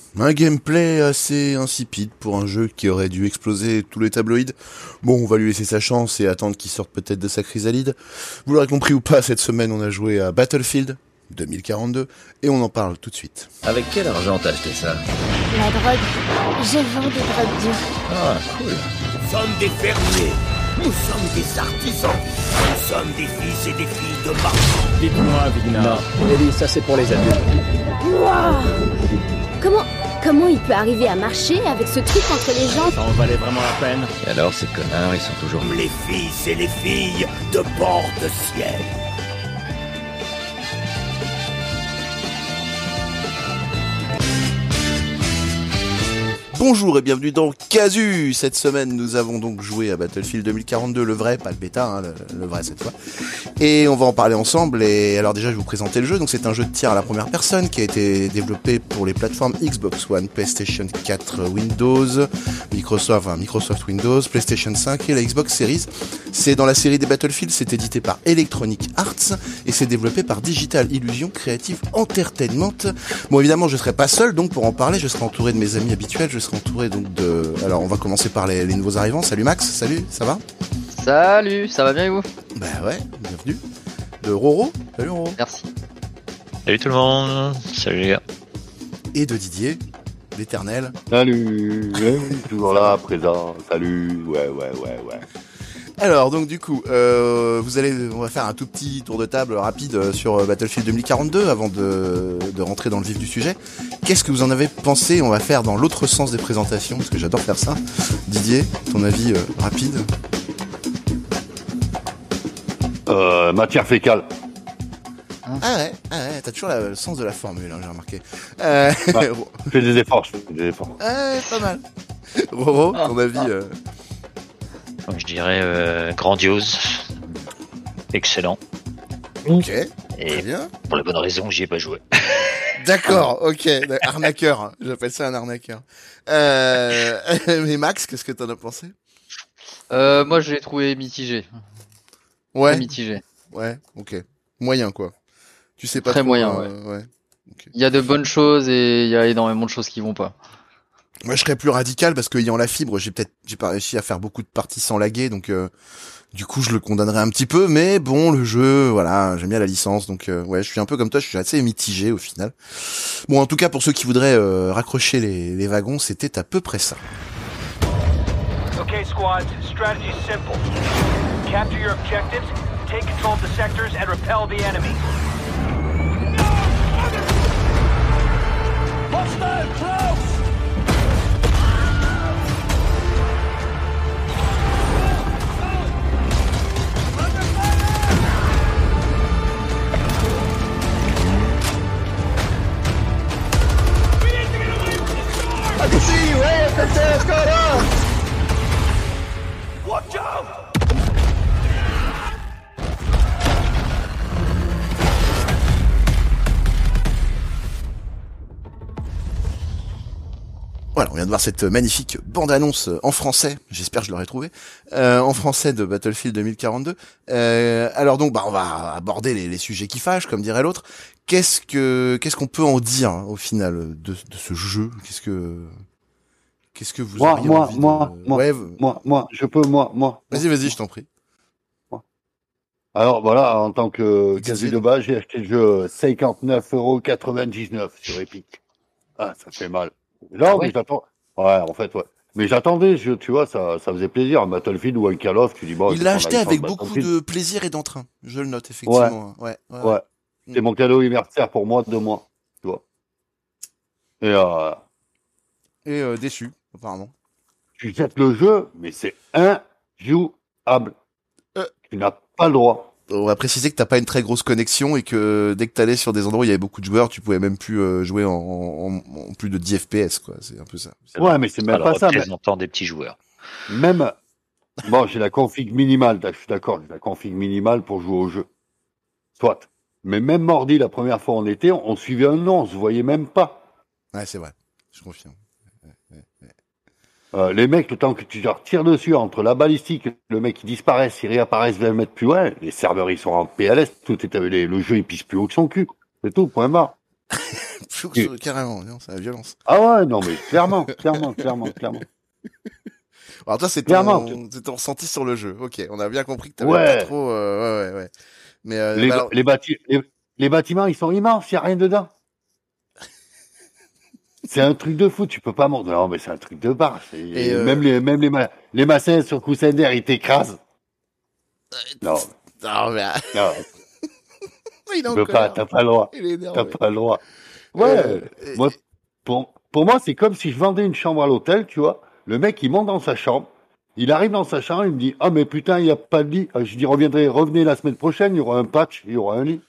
Un gameplay assez insipide pour un jeu qui aurait dû exploser tous les tabloïds. Bon, on va lui laisser sa chance et attendre qu'il sorte peut-être de sa chrysalide. Vous l'aurez compris ou pas, cette semaine on a joué à Battlefield 2042 et on en parle tout de suite. Avec quel argent t'as acheté ça? La drogue. Je vends des drogues dures. Ah, cool. Nous sommes des fermiers. Nous sommes des artisans. Nous sommes des fils et des filles de marchands. Dites-moi, Vigna. Non, Ellie, ça c'est pour les adultes. Waouh. Comment il peut arriver à marcher avec ce truc entre les jambes? Ça en valait vraiment la peine. Et alors, ces connards, ils sont toujours... Les fils et les filles de bord de ciel. Bonjour et bienvenue dans Casu. Cette semaine, nous avons donc joué à Battlefield 2042, le vrai, pas le bêta, hein, le vrai cette fois. Et on va en parler ensemble. Et alors déjà, je vais vous présenter le jeu. Donc c'est un jeu de tir à la première personne qui a été développé pour les plateformes Xbox One, PlayStation 4, Windows, Microsoft Windows, PlayStation 5 et la Xbox Series. C'est dans la série des Battlefield. C'est édité par Electronic Arts et c'est développé par Digital Illusion Creative Entertainment. Bon, évidemment, je serai pas seul donc pour en parler. Je serai entouré de mes amis habituels. Je serai entouré donc de... Alors on va commencer par les nouveaux arrivants. Salut Max, salut, ça va? Salut, ça va bien et vous? Bah ouais, bienvenue. De Roro, salut Roro. Merci. Salut tout le monde, salut les gars. Et de Didier, l'éternel. Salut, toujours là, présent, salut, ouais. Alors donc du coup, on va faire un tout petit tour de table rapide sur Battlefield 2042 avant de rentrer dans le vif du sujet. Qu'est-ce que vous en avez pensé? On va faire dans l'autre sens des présentations parce que j'adore faire ça. Didier, ton avis rapide? Matière fécale. Ah ouais, t'as toujours le sens de la formule, hein, j'ai remarqué. Je fais des efforts. Pas mal. Roro, ton avis Donc, je dirais grandiose, excellent. Ok, Et très bien. pour la bonne raison, j'y ai pas joué. D'accord, ok, arnaqueur, hein. J'appelle ça un arnaqueur. Mais Max, qu'est-ce que t'en as pensé? Moi je l'ai trouvé mitigé. Ouais, Très mitigé. ouais, ok. Moyen, quoi. Tu sais pas Très trop, moyen, ouais. Ok. Il y a de bonnes choses et il y a énormément de choses qui vont pas. Moi, je serais plus radical parce qu'ayant la fibre, j'ai pas réussi à faire beaucoup de parties sans laguer, donc du coup, je le condamnerais un petit peu. Mais bon, le jeu, voilà, j'aime bien la licence, donc ouais, je suis un peu comme toi, je suis assez mitigé au final. Bon, en tout cas, pour ceux qui voudraient raccrocher les wagons, c'était à peu près ça. Okay, squads, strategy's simple. Capture your objectives, take control of the sectors, and repel the enemy. Hostile close! Watch out! Voilà, on vient de voir cette magnifique bande-annonce en français. J'espère que je l'aurai trouvé en français de Battlefield 2042. Alors donc, on va aborder les sujets qui fâchent, comme dirait l'autre. Qu'est-ce qu'on peut en dire au final de ce jeu? Qu'est-ce que vous auriez envie de... Ouais, Moi. Vas-y, je t'en prie. Alors voilà, en tant que quasi de base, j'ai acheté le jeu 59,99€ sur Epic. Ah, ça fait mal. Là, mais j'attends. Ouais, en fait, ouais. Mais j'attendais, tu vois, ça faisait plaisir. Un Battlefield ou un Call of, tu dis bon. Il l'a acheté avec beaucoup de plaisir et d'entrain. Je le note effectivement. Ouais. C'est mon cadeau anniversaire pour moi, 2 mois. Tu vois. Et déçu, apparemment. Tu jettes le jeu, mais c'est injouable. Tu n'as pas le droit. On va préciser que t'as pas une très grosse connexion et que dès que t'allais sur des endroits où il y avait beaucoup de joueurs, tu pouvais même plus jouer en plus de 10 FPS, quoi. C'est un peu ça. Ouais, mais c'est même pas ça. Mais... représentant des petits joueurs. Même, bon, j'ai la config minimale, je suis d'accord, j'ai la config minimale pour jouer au jeu. Soit. Mais même Mordi, la première fois en été, on suivait un nom, on se voyait même pas. Ouais, c'est vrai. Je confirme. Les mecs, le temps que tu leur tires dessus, entre la balistique, le mec qui disparaît, il réapparaît 20 mètres plus loin, les serveurs ils sont en PLS, le jeu il pisse plus haut que son cul. C'est tout, point barre. carrément, non, c'est la violence. Ah ouais, non, mais clairement. Alors toi, c'est Clairement. ton ressenti sur le jeu. Ok, on a bien compris que t'avais Ouais. pas trop... ouais. Mais Les, alors- les bâtiments, ils sont immenses, il n'y a rien dedans. C'est un truc de fou, tu peux pas monter. Non, mais c'est un truc de barre. Et, Même les massins sur coussin d'air, ils t'écrasent. Non, Non, mais... non, il est en tu peux pas, colère. t'as pas le droit. Il est énervé. T'as pas le droit. Ouais, et- moi, pour moi, c'est comme si je vendais une chambre à l'hôtel, tu vois. Le mec, il monte dans sa chambre. Il arrive dans sa chambre, il me dit, ah, mais putain, il n'y a pas de lit. Je dis, revenez la semaine prochaine, il y aura un patch, il y aura un lit.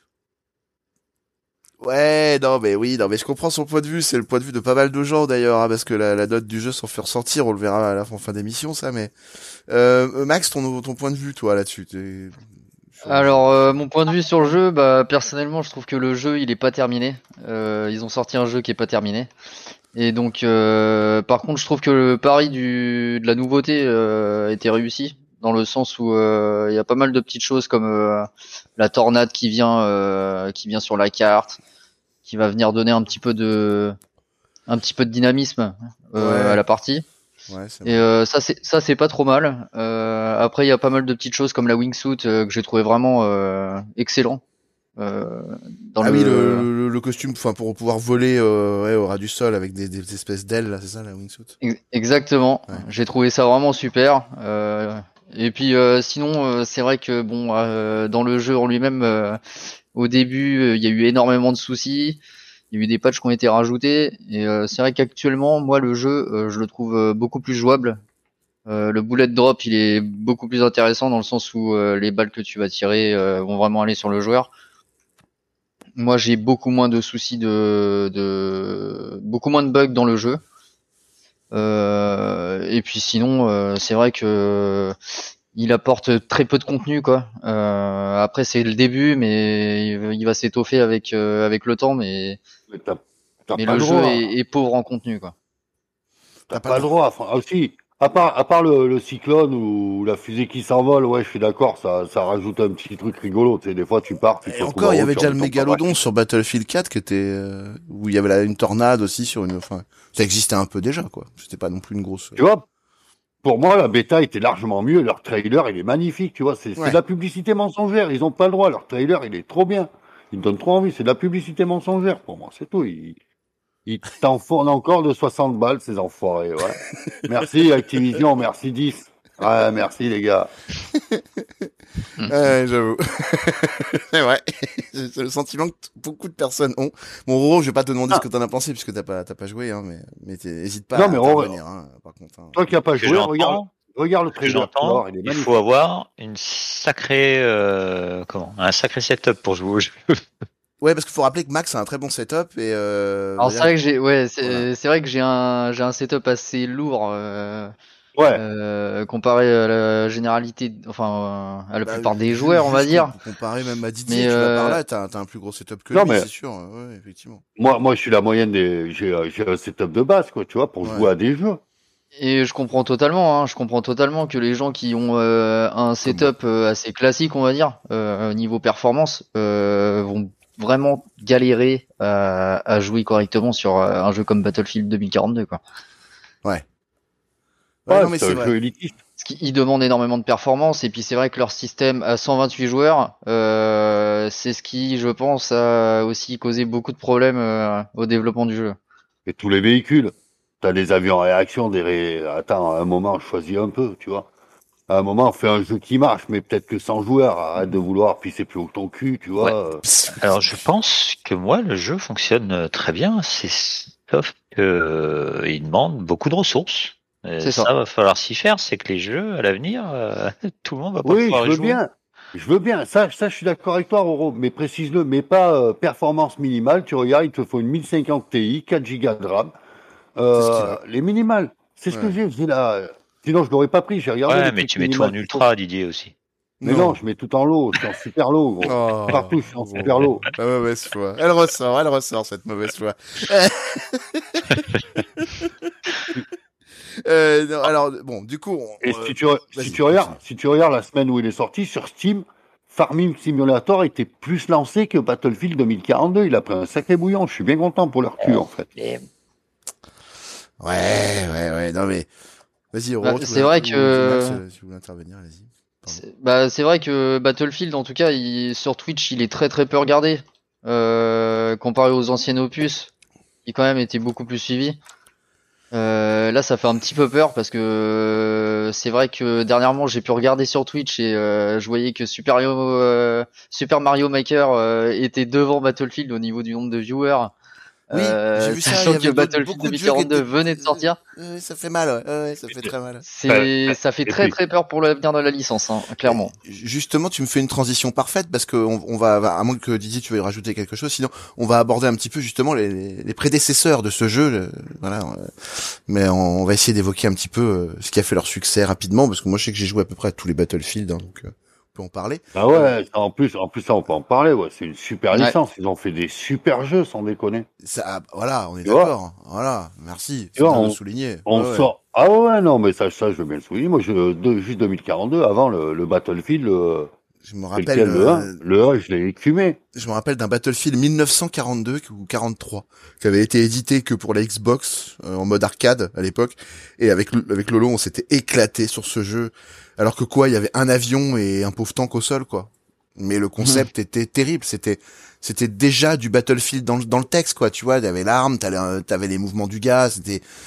Ouais, non, mais je comprends son point de vue. C'est le point de vue de pas mal de gens d'ailleurs, hein, parce que la note du jeu s'en fait ressentir. On le verra à la fin d'émission, ça. Mais Max, ton point de vue, toi, là-dessus. Alors, mon point de vue sur le jeu, bah personnellement, je trouve que le jeu, il est pas terminé. Ils ont sorti un jeu qui est pas terminé. Et donc, par contre, je trouve que le pari de la nouveauté était réussi, dans le sens où il y a pas mal de petites choses comme la tornade qui vient sur la carte, qui va venir donner un petit peu de dynamisme Ouais. à la partie. Ouais, c'est Et ça c'est pas trop mal. Après il y a pas mal de petites choses comme la wingsuit que j'ai trouvé vraiment excellent. Dans oui, le costume, enfin pour pouvoir voler au ras du sol avec des espèces d'ailes, là, c'est ça la wingsuit. Exactement. Ouais. J'ai trouvé ça vraiment super. Et puis sinon c'est vrai que bon dans le jeu en lui-même au début il y a eu énormément de soucis. Il y a eu des patchs qui ont été rajoutés et c'est vrai qu'actuellement moi le jeu je le trouve beaucoup plus jouable. Le bullet drop il est beaucoup plus intéressant dans le sens où les balles que tu vas tirer vont vraiment aller sur le joueur. Moi j'ai beaucoup moins de soucis beaucoup moins de bugs dans le jeu. Et puis sinon c'est vrai que il apporte très peu de contenu quoi. Après c'est le début mais il va s'étoffer avec le temps mais Mais t'as le pas le jeu droit. est pauvre en contenu quoi. T'as pas le droit. Enfin, aussi, à part le cyclone ou la fusée qui s'envole, ouais, je suis d'accord, ça rajoute un petit truc rigolo. Tu sais, des fois, tu pars, tu te Et retrouves encore, en il y haut, avait tu déjà le retombes par mégalodon bac. sur Battlefield 4 qui était où il y avait une tornade aussi sur une. Enfin, ça existait un peu déjà, quoi. C'était pas non plus une grosse. Tu vois, pour moi, la bêta était largement mieux. Leur trailer, il est magnifique, tu vois. C'est Ouais. de la publicité mensongère. Ils ont pas le droit. Leur trailer, il est trop bien. Il me donne trop envie. C'est de la publicité mensongère pour moi. C'est tout. Ils t'enfournent encore de 60 balles, ces enfoirés. Ouais. Merci Activision. Merci 10. Ouais, merci les gars. Ouais, j'avoue. C'est vrai. C'est le sentiment que beaucoup de personnes ont. Bon, Roro, je vais pas te demander ce que t'en as pensé puisque t'as pas joué, hein, mais hésite pas Non, à mais Roro, intervenir, hein, par contre. Hein. Toi qui n'as pas Que joué, j'entends- regarde le Que trailer. tu vas j'entends, voir, il est il magnifique. faut avoir un sacré setup pour jouer au jeu. Ouais, parce qu'il faut rappeler que Max a un très bon setup et. Alors c'est vrai que c'est vrai que j'ai un setup assez lourd Ouais. comparé à la généralité enfin à la Bah, plupart des joueurs on va juste dire. Comparé même à Didier, Mais, tu vas par là, t'as un plus gros setup que Non, lui, mais- c'est sûr. Ouais, effectivement. Moi, je suis la moyenne des. J'ai un setup de base, quoi, tu vois, pour Ouais. jouer à des jeux. Et je comprends totalement que les gens qui ont un setup assez classique, on va dire, niveau performance, vont vraiment galérer à jouer correctement sur un jeu comme Battlefield 2042, quoi. Ouais, Ouais, non, mais c'est c'est un vrai. jeu élitiste. Parce qu'ils demandent énormément de performance, et puis c'est vrai que leur système à 128 joueurs, c'est ce qui, je pense, a aussi causé beaucoup de problèmes au développement du jeu. Et tous les véhicules. T'as des avions en réaction, Attends, à un moment, choisis un peu, tu vois. À un moment, fais un jeu qui marche, mais peut-être que 100 joueurs. Arrête de vouloir pisser plus haut que ton cul, tu vois. Alors je pense que moi le jeu fonctionne très bien, sauf que il demande beaucoup de ressources. C'est ça. Ça va falloir s'y faire, c'est que les jeux à l'avenir, tout le monde va pas Oui, pouvoir je y veux jouer. bien. Je veux bien. Ça, je suis d'accord avec toi, Roro. Mais précise-le, mais pas performance minimale. Tu regardes, il te faut une 1050 Ti, 4 Go de RAM. C'est ce qu'il a. Les minimales. C'est ce que Ouais. j'ai là. Sinon, je l'aurais pas pris. J'ai regardé. Ouais, les mais trucs tu mets tout en minimales. ultra, Didier aussi. Mais non, je mets tout en low. Je suis en super low, gros. Oh. Partout, je suis en super low. La mauvaise foi. Elle ressort cette mauvaise foi. Non, alors bon, du coup, Et si tu regardes la semaine où il est sorti sur Steam, Farming Simulator était plus lancé que Battlefield 2042. Il a pris un sacré bouillon. Je suis bien content pour leur cul, en fait. Ouais, non mais... Vas-y, Bah, Roro, c'est vrai que- Si vous voulez intervenir, allez-y. C'est vrai que Battlefield, en tout cas, sur Twitch, il est très très peu regardé. Comparé aux anciennes opus, qui quand même étaient beaucoup plus suivis. Là, ça fait un petit peu peur parce que c'est vrai que dernièrement, j'ai pu regarder sur Twitch et je voyais que Super Mario Maker était devant Battlefield au niveau du nombre de viewers. Oui, j'ai vu ça, il y Sachant avait que Battlefield beaucoup de jeux qui 2042 étaient- venait de sortir. Ça fait mal, ouais, ça fait très mal. Ça fait très très peur pour l'avenir de la licence, hein, clairement. Justement, tu me fais une transition parfaite parce que on va, à moins que Didier tu veuilles rajouter quelque chose, sinon on va aborder un petit peu justement les prédécesseurs de ce jeu, voilà. Mais on va essayer d'évoquer un petit peu ce qui a fait leur succès rapidement parce que moi je sais que j'ai joué à peu près à tous les Battlefield, hein, donc on peut en parler. Ah ouais, en plus, ça, on peut en parler, ouais. C'est une super Ouais. licence. Ils ont fait des super jeux, sans déconner. Ça, voilà, on est Tu vois d'accord. Voilà, merci. Tu vois, Faut bien on- le souligner. On Ouais, sort. Ah ouais, non, mais ça, je veux bien le souligner. Moi, juste 2042, avant le Battlefield, Je me c'est rappelle. lequel, le 1, je l'ai écumé. Je me rappelle d'un Battlefield 1942 ou 43 qui avait été édité que pour la Xbox en mode arcade à l'époque et avec Lolo on s'était éclaté sur ce jeu alors que quoi il y avait un avion et un pauvre tank au sol quoi. Mais le concept était terrible, c'était déjà du Battlefield dans le texte quoi, tu vois, il y avait l'arme, t'avais les mouvements du gaz,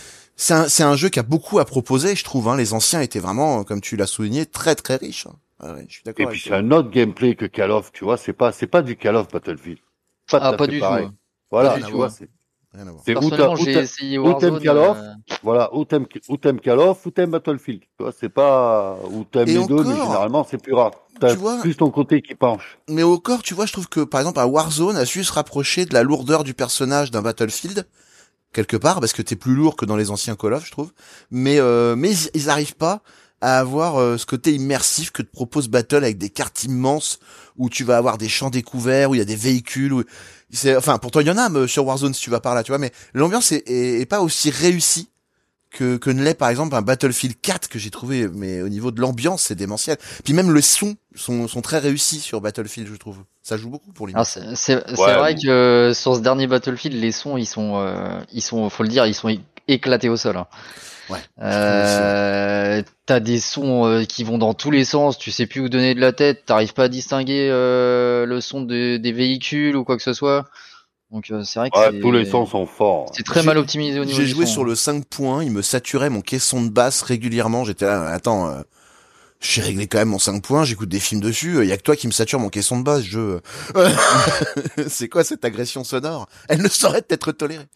c'est un jeu qui a beaucoup à proposer, je trouve hein, les anciens étaient vraiment comme tu l'as souligné très très riches. Hein. Ah ouais, je suis d'accord Et avec puis, toi. c'est un autre gameplay que Call of, tu vois. C'est pas du Call of Battlefield. Tout à Pas fait du tout. pareil. hein. Voilà, Pas du tu tout, vois. hein. Rien à voir. C'est Personnellement, j'ai essayé ou t'aimes Warzone. Call of, voilà, ou t'aimes Call of, ou t'aimes Battlefield. Tu vois, c'est pas, ou t'aimes Et les deux, mais encore, généralement, c'est plus rare. T'as tu vois, plus ton côté qui penche. mais au corps, tu vois, je trouve que, par exemple, à Warzone, a su se rapprocher de la lourdeur du personnage d'un Battlefield, quelque part, parce que t'es plus lourd que dans les anciens Call of, je trouve. Mais ils arrivent pas à avoir ce côté immersif que te propose Battle avec des cartes immenses, où tu vas avoir des champs découverts, où il y a des véhicules, enfin, pourtant il y en a sur Warzone si tu vas par là, tu vois, mais l'ambiance est pas aussi réussie que ne l'est par exemple un Battlefield 4 que j'ai trouvé, mais au niveau de l'ambiance c'est démentiel. Puis même le son sont très réussis sur Battlefield, je trouve. Ça joue beaucoup pour l'image. C'est Ouais, vrai bon. que sur ce dernier Battlefield, les sons, ils sont, faut le dire, ils sont éclatés au sol. Hein. Ouais. je T'as des sons qui vont dans tous les sens, tu sais plus où donner de la tête, t'arrives pas à distinguer le son des véhicules ou quoi que ce soit. Donc c'est vrai que Ouais, tous les sons sont forts. c'est très J'ai- mal optimisé au niveau J'ai du joué son. sur le 5 points, il me saturait mon caisson de basse régulièrement. J'étais là, attends, j'ai réglé quand même mon 5 points, j'écoute des films dessus, y a que toi qui me sature mon caisson de basse, je... C'est quoi cette agression sonore? Elle ne saurait être tolérée.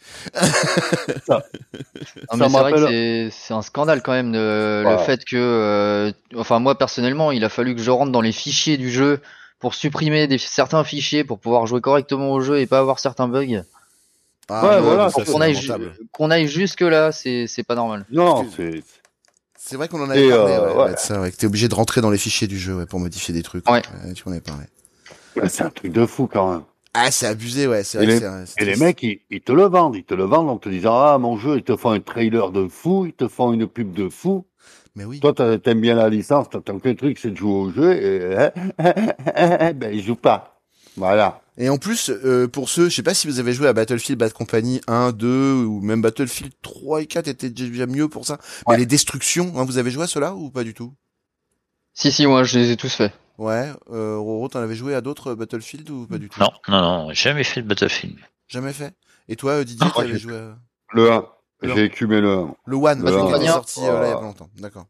Non, Ça mais c'est vrai que m'appelle- c'est un scandale quand même le Ouais. fait que, enfin moi personnellement, il a fallu que je rentre dans les fichiers du jeu pour supprimer certains fichiers pour pouvoir jouer correctement au jeu et pas avoir certains bugs. Ah, Ouais, non, voilà, mais ça, c'est Qu'on c'est aille, lamentable. qu'on aille jusque là, c'est pas normal. Non, Parce C'est vrai qu'on en Et, avait parlé, ouais. ouais, de ça, ouais, que t'es obligé de rentrer dans les fichiers du jeu, ouais, pour modifier des trucs. Ouais. Tu en avais parlé. c'est un truc de fou quand même. Ah, c'est abusé, ouais, c'est Et vrai les- que c'est Et les triste. mecs, ils te le vendent. Ils te le vendent en te disant, ah, mon jeu, ils te font un trailer de fou, ils te font une pub de fou. Mais oui. Toi, t'aimes bien la licence, t'attends qu'un truc, c'est de jouer au jeu, et ben, ils jouent pas. Voilà. Et en plus, pour ceux, je sais pas si vous avez joué à Battlefield Bad Company 1, 2, ou même Battlefield 3 et 4 étaient déjà mieux pour ça. Mais Ouais. les destructions, hein, vous avez joué à cela ou pas du tout? Si, moi je les ai tous faits. Ouais, Roro, t'en avais joué à d'autres Battlefield ou pas du tout? Non, jamais fait de Battlefield. Jamais fait. Et toi, Didier, Ah, t'avais j'ai- joué à... Le 1. Le J'ai écumé le 1. Le One, Le celui qui un, était ouais. sorti là, il y a pas longtemps. D'accord.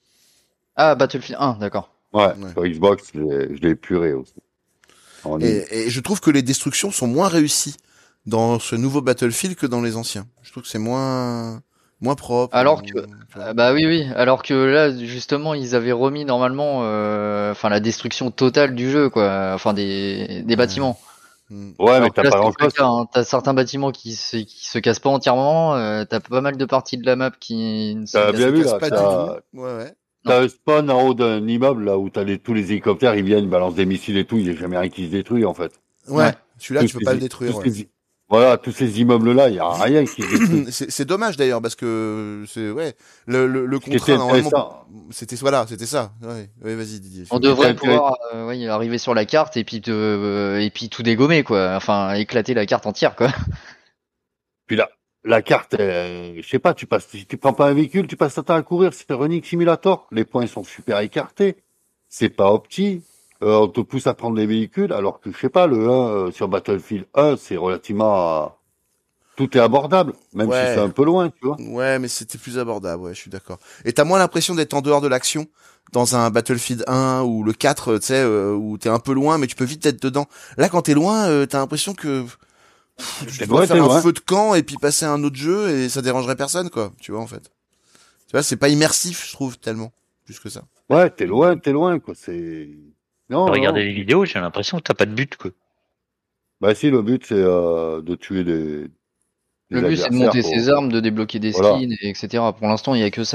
Ah, Battlefield 1, d'accord. Ouais, Ouais. sur Xbox, je l'ai épuré aussi. En ligne. Et je trouve que les destructions sont moins réussies dans ce nouveau Battlefield que dans les anciens. Je trouve que c'est moins propre. Alors que- tu vois. Bah oui, alors que là, justement, ils avaient remis normalement, enfin la destruction totale du jeu, quoi. Enfin des bâtiments. Hmm. Ouais, mais Alors que t'as là, pas c'est grand pas le chose. cas, hein. T'as certains bâtiments qui se cassent pas entièrement. T'as pas mal de parties de la map qui ne se T'as cassent bien Ça vu, casse là, pas t'as- du tout. Ouais. T'as un spawn en haut d'un immeuble, là, où t'as tous les hélicoptères, ils viennent, ils balancent des missiles et tout, il y a jamais rien qui se détruit, en fait. Ouais. Ouais. Celui-là, tu peux pas le Tout détruire. ce Ouais. qui- Voilà, tous ces immeubles-là, il y a rien qui se détruit. C'est dommage d'ailleurs parce que c'est ouais le Ce qui était contrat normalement intéressant, c'était ça. Ouais, vas-y Didier. On devrait pouvoir ouais, arriver sur la carte et puis tout dégommer quoi. Enfin éclater la carte entière quoi. puis la carte, je sais pas, si tu prends pas un véhicule, tu passes ton temps à courir, c'est Running Simulator. Les points sont super écartés. C'est pas opti. On te pousse à prendre les véhicules, alors que, je sais pas, le 1, sur Battlefield 1, c'est relativement, tout est abordable, même si Ouais. c'est un peu loin, tu vois. Ouais, mais c'était plus abordable, ouais, je suis d'accord. Et t'as moins l'impression d'être en dehors de l'action dans un Battlefield 1 ou le 4, tu sais, où t'es un peu loin, mais tu peux vite être dedans. Là, quand t'es loin, t'as l'impression que tu T'es dois loin, faire t'es un loin. feu de camp et puis passer à un autre jeu et ça dérangerait personne, quoi. Tu vois, en fait. Tu vois, c'est pas immersif, je trouve, tellement. Plus que ça. Ouais, t'es loin, quoi, c'est... Non, Regarder non. les vidéos, j'ai l'impression que t'as pas de but, quoi. Bah si, le but, c'est de tuer des Le but c'est de adversaires monter pour- ses armes, de débloquer des Voilà. skins, etc. Pour l'instant, il y a que ça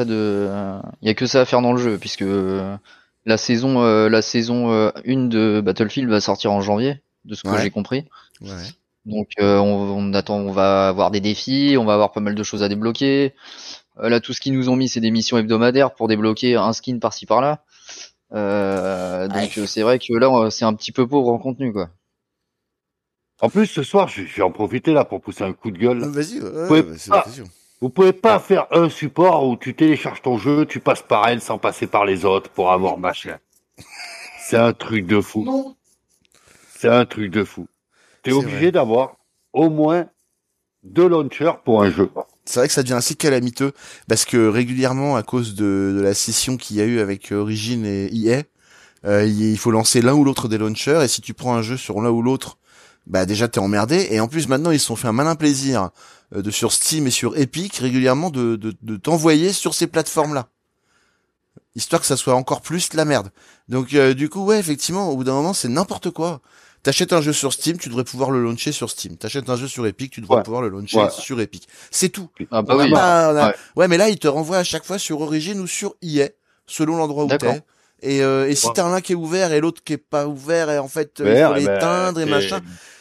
à faire dans le jeu, puisque la saison 1 de Battlefield va sortir en janvier, de ce que Ouais. j'ai compris. Ouais. Donc on va avoir des défis, on va avoir pas mal de choses à débloquer. Là, tout ce qu'ils nous ont mis, c'est des missions hebdomadaires pour débloquer un skin par-ci par-là. Donc c'est vrai que là, c'est un petit peu pauvre en contenu, quoi. En plus, ce soir, je vais en profiter là pour pousser un coup de gueule. Vas-y, pouvez c'est pas- l'occasion. Vous pouvez pas faire un support où tu télécharges ton jeu, tu passes par elle sans passer par les autres pour avoir machin. C'est un truc de fou. C'est un truc de fou. T'es C'est obligé vrai. d'avoir au moins 2 launchers pour un jeu. C'est vrai que ça devient assez calamiteux parce que régulièrement, à cause de la scission qu'il y a eu avec Origin et EA, il faut lancer l'un ou l'autre des launchers et si tu prends un jeu sur l'un ou l'autre, bah déjà t'es emmerdé et en plus maintenant ils se sont fait un malin plaisir de sur Steam et sur Epic régulièrement de t'envoyer sur ces plateformes-là, histoire que ça soit encore plus la merde. Donc du coup ouais effectivement au bout d'un moment c'est n'importe quoi. T'achètes un jeu sur Steam, tu devrais pouvoir le launcher sur Steam. T'achètes un jeu sur Epic, tu devrais Ouais. pouvoir le launcher Ouais. sur Epic. C'est tout. Ah bah On a oui. pas- on a- Ouais. Ouais, mais là, il te renvoie à chaque fois sur Origin ou sur EA, selon l'endroit où D'accord. t'es. Et si Ouais. t'as un qui est ouvert et l'autre qui est pas ouvert, et en fait, il Vert, faut eh ben, l'éteindre et c'est- machin.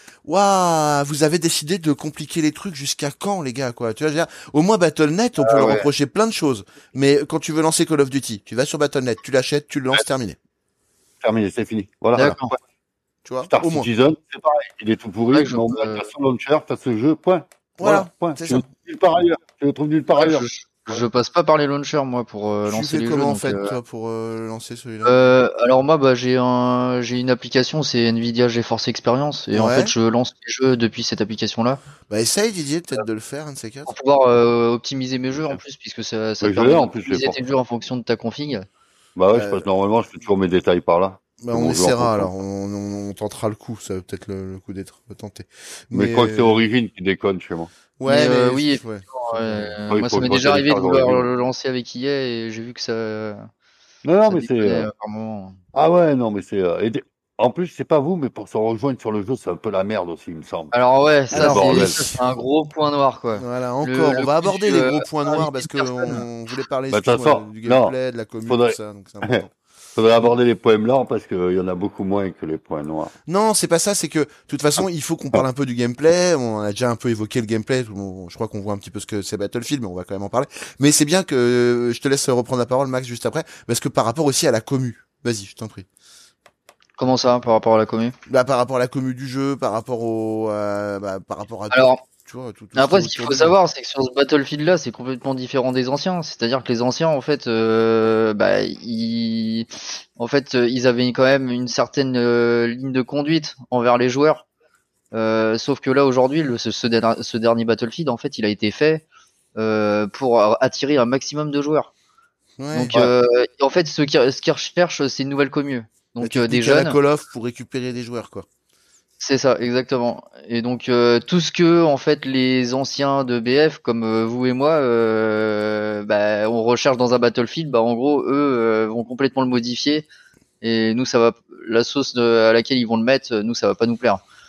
Waouh, vous avez décidé de compliquer les trucs jusqu'à quand, les gars, quoi. Tu vois, je veux dire, au moins Battle.net, on peut leur ouais. reprocher plein de choses. Mais quand tu veux lancer Call of Duty, tu vas sur Battle.net, tu l'achètes, tu le lances, terminé. Terminé, c'est fini. Voilà. D'accord. Ouais. Tu vois, Star au moins. Citizen, c'est pareil. Il est tout pourri, Ouais, je- mais au moins, t'as son launcher, t'as ce jeu, point. Voilà, point. c'est Tu ça. le trouves nulle part ailleurs. Tu le trouves nulle part ailleurs. Je passe pas par les launchers moi pour Tu lancer fais les comment, jeux. en donc, fait, toi, pour lancer celui-là? Alors moi bah j'ai une application, c'est Nvidia GeForce Experience et en Ouais. fait je lance les jeux depuis cette application là Bah, essaye, Didier, peut-être de le faire, un de ces quatre. pour pouvoir optimiser mes jeux en plus puisque ça Oui, te je permet l'ai, en plus, d'optimiser GeForce. tes jeux en fonction de ta config. Bah ouais, Euh, je passe normalement, je fais toujours mes détails par là. Bah, C'est on mon jeu en essaiera, fonction. alors. On tentera le coup. Ça va peut-être le coup d'être tenté. Mais je crois que c'est Origin qui déconne chez moi. Ouais, Mais, mais oui, ouais. Oui, moi faut ça m'est que je déjà arrivé de télécharge vouloir Origin. le lancer avec EA et j'ai vu que ça Non, ça mais c'est... déconnait par moment. Ah ouais, non, mais c'est... En plus, c'est pas vous, mais pour se rejoindre sur le jeu, c'est un peu la merde aussi, il me semble. Alors ouais, Alors, bordel. c'est un gros point noir quoi. Voilà, encore. Le on va aborder plus, les gros points noirs parce que personne. on voulait parler Bah, de toute excuse-moi, façon, du gameplay, de la commune, faudrait- tout ça, donc c'est important. Faudrait aborder les points blancs parce qu'il y en a beaucoup moins que les points noirs. Non, c'est pas ça, c'est que, de toute façon, il faut qu'on parle un peu du gameplay. On a déjà un peu évoqué le gameplay. Je crois qu'on voit un petit peu ce que c'est Battlefield, mais on va quand même en parler. Mais c'est bien que je te laisse reprendre la parole, Max, juste après, parce que par rapport aussi à la commu. Vas-y, je t'en prie. Comment ça par rapport à la commu? Bah, par rapport à la commu du jeu, par rapport par rapport à Alors, tu vois, tout après, ce ce qui qu'il est faut autour du savoir, c'est que sur ce Battlefield là, c'est complètement différent des anciens. C'est-à-dire que les anciens, en fait, ils avaient quand même une certaine ligne de conduite envers les joueurs. Sauf que là, aujourd'hui, ce dernier Battlefield, en fait, il a été fait pour attirer un maximum de joueurs. jeu. Ouais. Donc, en fait, ce qu'ils recherchent, c'est une nouvelle commu. La Donc, technique des à la jeunes. Call of pour récupérer des joueurs, quoi. C'est ça, exactement. Et donc tout ce que en fait les anciens de BF comme vous et moi, on recherche dans un Battlefield, bah en gros eux vont complètement le modifier et nous ça va la sauce à laquelle ils vont le mettre, nous ça va pas nous plaire.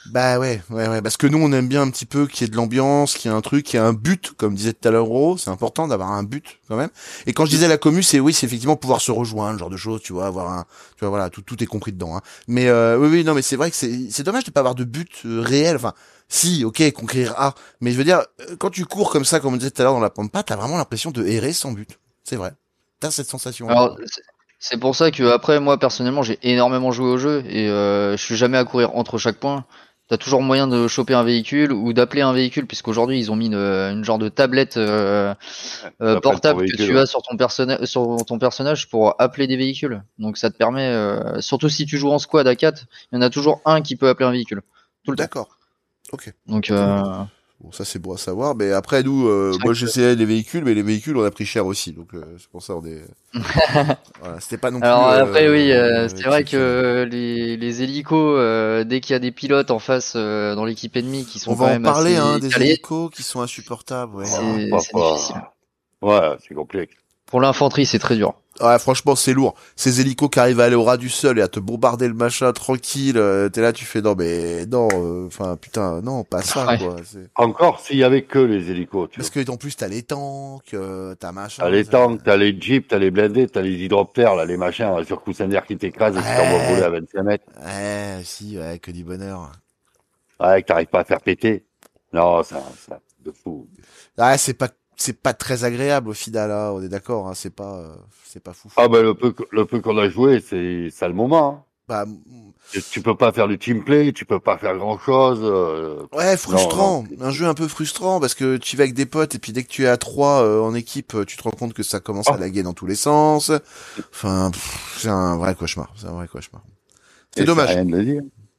Bah ouais, parce que nous on aime bien un petit peu qu'il y ait de l'ambiance, qu'il y ait un truc, qu'il y ait un but, comme disait tout à l'heure Ro, c'est important d'avoir un but quand même. Et quand je disais la commu, c'est effectivement pouvoir se rejoindre, genre de choses, tu vois, avoir un, tu vois, voilà, tout est compris dedans. Hein. Mais oui, non, mais c'est vrai que c'est dommage de pas avoir de but réel. Enfin, si, ok, conquérir A, mais je veux dire, quand tu cours comme ça, comme on disait tout à l'heure dans la pampa, t'as vraiment l'impression de errer sans but. C'est vrai. T'as cette sensation. Alors, c'est pour ça que après, moi personnellement, j'ai énormément joué au jeu et je suis jamais à courir entre chaque point. T'as toujours moyen de choper un véhicule ou d'appeler un véhicule, puisqu'aujourd'hui ils ont mis une genre de tablette portable que tu as sur ton personnage pour appeler des véhicules. Donc ça te permet, surtout si tu joues en squad à 4, il y en a toujours un qui peut appeler un véhicule. Tout le temps. D'accord. Ok. Donc Bon, ça c'est beau à savoir, mais après nous, moi j'essayais des véhicules, mais les véhicules on a pris cher aussi, donc c'est pour ça on est. Voilà, c'était pas non plus. Alors après oui, c'est vrai que les hélicos, dès qu'il y a des pilotes en face dans l'équipe ennemie qui sont on quand va en même parler, assez hein, des calés, hélicos qui sont insupportables. Ouais. c'est difficile. Ouais, c'est complexe. Pour l'infanterie, c'est très dur. Ouais, franchement, c'est lourd. Ces hélicos qui arrivent à aller au ras du sol et à te bombarder le machin tranquille, t'es là, tu fais non, mais non, enfin putain, non, pas ça, Ouais. quoi. Encore s'il y avait que les hélicos, tu Parce vois. que en plus t'as les tanks, t'as machin. T'as les tanks, t'as les jeeps, t'as les blindés, t'as les hydroptères, là, les machins, là, sur coussin d'air qui t'écrasent et qui t'envoient voler à 25 mètres. Ouais, si, ouais, que du bonheur. Ouais, que t'arrives pas à faire péter. Non, ça, de fou. Ouais, c'est pas très agréable au final, là, on est d'accord, hein, c'est pas fou. Ah, ben, le peu qu'on a joué, c'est ça le moment, hein. Bah, Tu peux pas faire du team play, tu peux pas faire grand chose. ouais, frustrant. Non. Un jeu un peu frustrant parce que tu vas avec des potes et puis dès que tu es à 3 en équipe, tu te rends compte que ça commence à laguer dans tous les sens. Enfin, c'est un vrai cauchemar. C'est un vrai cauchemar. C'est Et dommage. rien de le dire.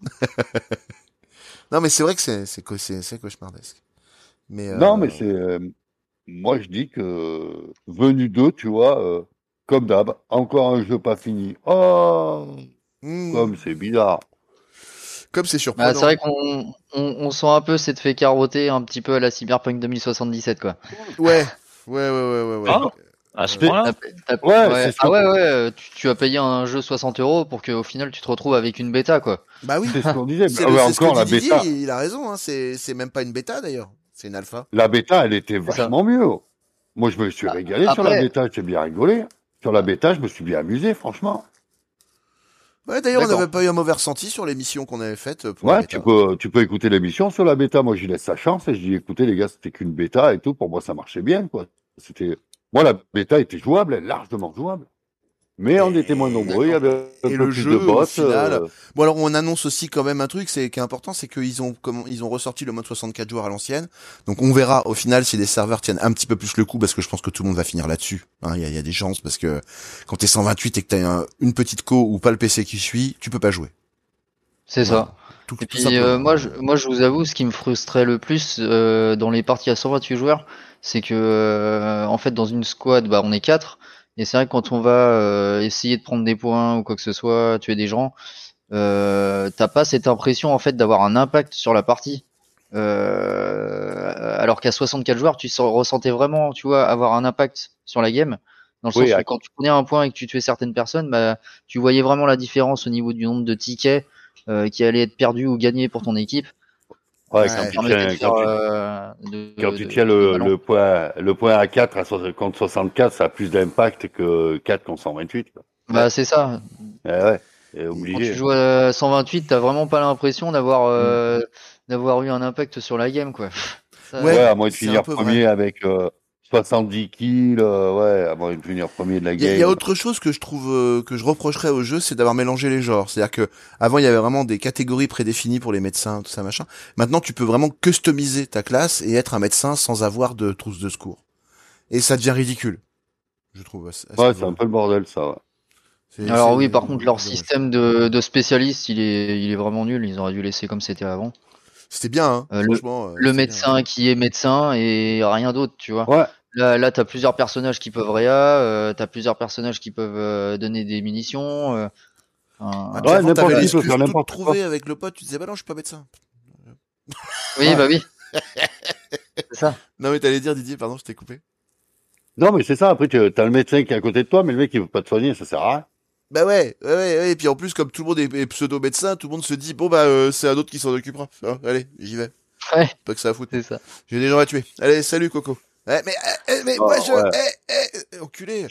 Non, mais c'est vrai que c'est cauchemardesque. Mais Non, mais c'est, moi, je dis que Venu 2, tu vois, comme d'hab, encore un jeu pas fini. Oh, comme c'est bizarre. comme c'est surprenant. Bah, c'est vrai qu'on sent un peu cette fée carottée un petit peu à la Cyberpunk 2077 quoi. Ouais. Ah, à ce point-là. Ouais, c'est Ah ouais, tu as payé un jeu 60€ pour qu'au final tu te retrouves avec une bêta quoi. Bah oui. C'est ce qu'on disait. C'est Ah ouais, c'est ce que encore la dit Didier, bêta. il a raison, hein. C'est même pas une bêta d'ailleurs. C'est une alpha. La bêta, elle était C'est ça. vachement mieux. Moi, je me suis régalé sur la après- bêta. J'ai bien rigolé. Sur la bêta, je me suis bien amusé, franchement. Ouais, d'ailleurs, on D'accord. n'avait pas eu un mauvais ressenti sur l'émission qu'on avait faite pour la Ouais, bêta. tu peux écouter l'émission sur la bêta. Moi, j'y laisse sa chance et je dis, écoutez, les gars, c'était qu'une bêta et tout. Pour moi, ça marchait bien, quoi. Moi, la bêta était jouable, elle est largement jouable. Mais on était moins nombreux, il y avait un Et peu le plus jeu, de bots. au final, bon alors on annonce aussi quand même un truc, qui est important, c'est qu'ils ont ressorti le mode 64 joueurs à l'ancienne. Donc on verra au final si les serveurs tiennent un petit peu plus le coup, parce que je pense que tout le monde va finir là-dessus. Hein, il y a des chances parce que quand t'es 128 et que t'as une petite co ou pas le PC qui suit, tu peux pas jouer. C'est Voilà. ça. Tout, Et tout puis simplement. moi je vous avoue, ce qui me frustrait le plus dans les parties à 128 joueurs, c'est que en fait dans une squad, bah on est 4 et c'est vrai que quand on va essayer de prendre des points ou quoi que ce soit, tuer des gens, t'as pas cette impression en fait d'avoir un impact sur la partie. Alors qu'à 64 joueurs, ressentais vraiment, tu vois, avoir un impact sur la game. Dans le sens Oui, où quand tu prenais un point et que tu tuais certaines personnes, bah tu voyais vraiment la différence au niveau du nombre de tickets qui allaient être perdus ou gagnés pour ton équipe. Ouais, Ça Ouais, me permettait de faire, quand tu tiens le point à 4 contre 64, ça a plus d'impact que 4 contre 128. Quoi. Bah c'est ça. Ouais, c'est Quand obligé. tu joues à 128, t'as vraiment pas l'impression d'avoir eu un impact sur la game quoi. Ça, Ouais, Ouais, à moins de c'est un finir peu premier vrai. avec 70 kills, ouais, à moins de finir premier de la Il y game. a autre chose que je trouve que je reprocherais au jeu, c'est d'avoir mélangé les genres. C'est-à-dire que avant il y avait vraiment des catégories prédéfinies pour les médecins, tout ça machin. Maintenant tu peux vraiment customiser ta classe et être un médecin sans avoir de trousse de secours. Et ça devient ridicule, je trouve. Ouais, c'est un peu le bordel, ça. Ouais. Alors oui, par contre, leur dommage. système de spécialiste, il est vraiment nul. Ils auraient dû laisser comme c'était avant. C'était bien, hein, franchement. Le c'était médecin qui est médecin et rien d'autre, tu vois. Ouais. Là, t'as plusieurs personnages qui peuvent réa, t'as plusieurs personnages qui peuvent donner des munitions. bien. Enfin, Ah, puis Ouais, avant, n'importe t'avais qui peut l'excuse faire toute n'importe trouvée avec le pote, tu disais bah non, je suis pas médecin. oui, bah oui. C'est ça. Non mais t'allais dire Didier, pardon, je t'ai coupé. Non, mais c'est ça. Après, t'as le médecin qui est à côté de toi, mais le mec, il veut pas te soigner, ça sert à rien. Bah ouais. Et puis en plus, comme tout le monde est pseudo-médecin, tout le monde se dit, bon c'est un autre qui s'en occupera. Hein, allez, j'y vais. Ouais, Pas que ça à foutre. c'est ça. J'ai des gens à tuer. Allez, salut Coco. Mais Oh, moi ouais. enculé.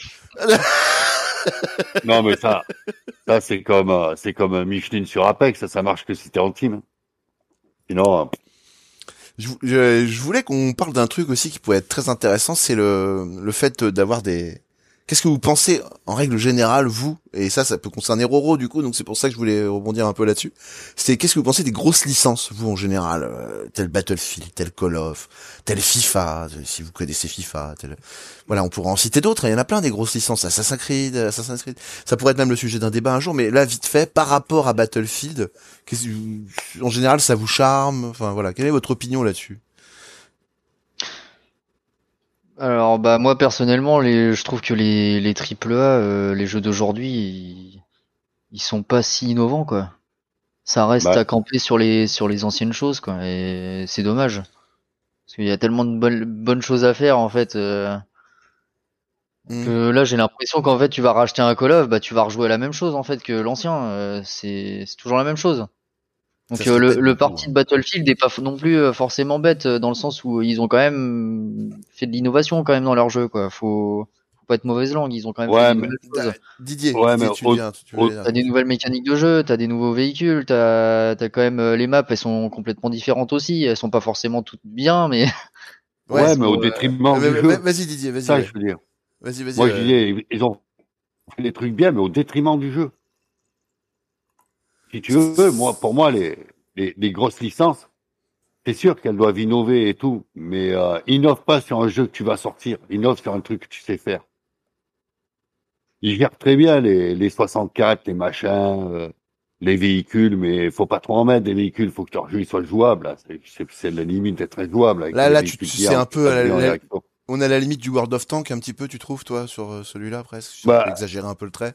Non, mais ça c'est comme un Michelin sur Apex, ça marche que si t'es en team. Sinon, Je voulais qu'on parle d'un truc aussi qui pourrait être très intéressant, c'est le fait d'avoir des... Qu'est-ce que vous pensez, en règle générale, vous, et ça peut concerner Roro du coup, donc c'est pour ça que je voulais rebondir un peu là-dessus, c'est qu'est-ce que vous pensez des grosses licences, vous en général, tel Battlefield, tel Call of, tel FIFA, si vous connaissez FIFA, voilà, on pourra en citer d'autres, il y en a plein des grosses licences, Assassin's Creed, ça pourrait être même le sujet d'un débat un jour, mais là, vite fait, par rapport à Battlefield, en général, ça vous charme, enfin voilà, quelle est votre opinion là-dessus? Alors bah moi personnellement, je trouve que les AAA, les jeux d'aujourd'hui, ils sont pas si innovants quoi. Ça reste bah, à camper sur les anciennes choses quoi, et c'est dommage parce qu'il y a tellement de bonnes choses à faire en fait. Que là j'ai l'impression qu'en fait tu vas racheter un Call of, bah tu vas rejouer à la même chose en fait que l'ancien. C'est toujours la même chose. Donc Ça se répète le beaucoup, parti de Battlefield n'est pas non plus forcément bête dans le sens où ils ont quand même fait de l'innovation quand même dans leur jeu quoi. Faut pas être mauvaise langue, ils ont quand même fait ouais, des mais, nouvelles choses. Didier, ouais, mais tu veux dire. T'as des nouvelles mécaniques de jeu, t'as des nouveaux véhicules, t'as quand même les maps, elles sont complètement différentes aussi. Elles sont pas forcément toutes bien, mais ouais, elles mais au sont, détriment du jeu. Vas-y Didier, vas-y. Ça, Ouais. je veux dire. Vas-y. Moi, je disais, ils ont fait des trucs bien, mais au détriment du jeu. Si tu veux, pour moi, les grosses licences, c'est sûr qu'elles doivent innover et tout, mais innove pas sur un jeu que tu vas sortir, innove sur un truc que tu sais faire. Ils gèrent très bien les 64, les machins, les véhicules, mais faut pas trop en mettre des véhicules, faut que leur jeu il soit jouable. Là. C'est la limite d'être très jouable. Avec Là, les tu véhicules c'est un peu on on a la limite du World of Tank un petit peu, tu trouves, toi, sur celui-là, presque? Je Bah, peux exagérer un peu le trait.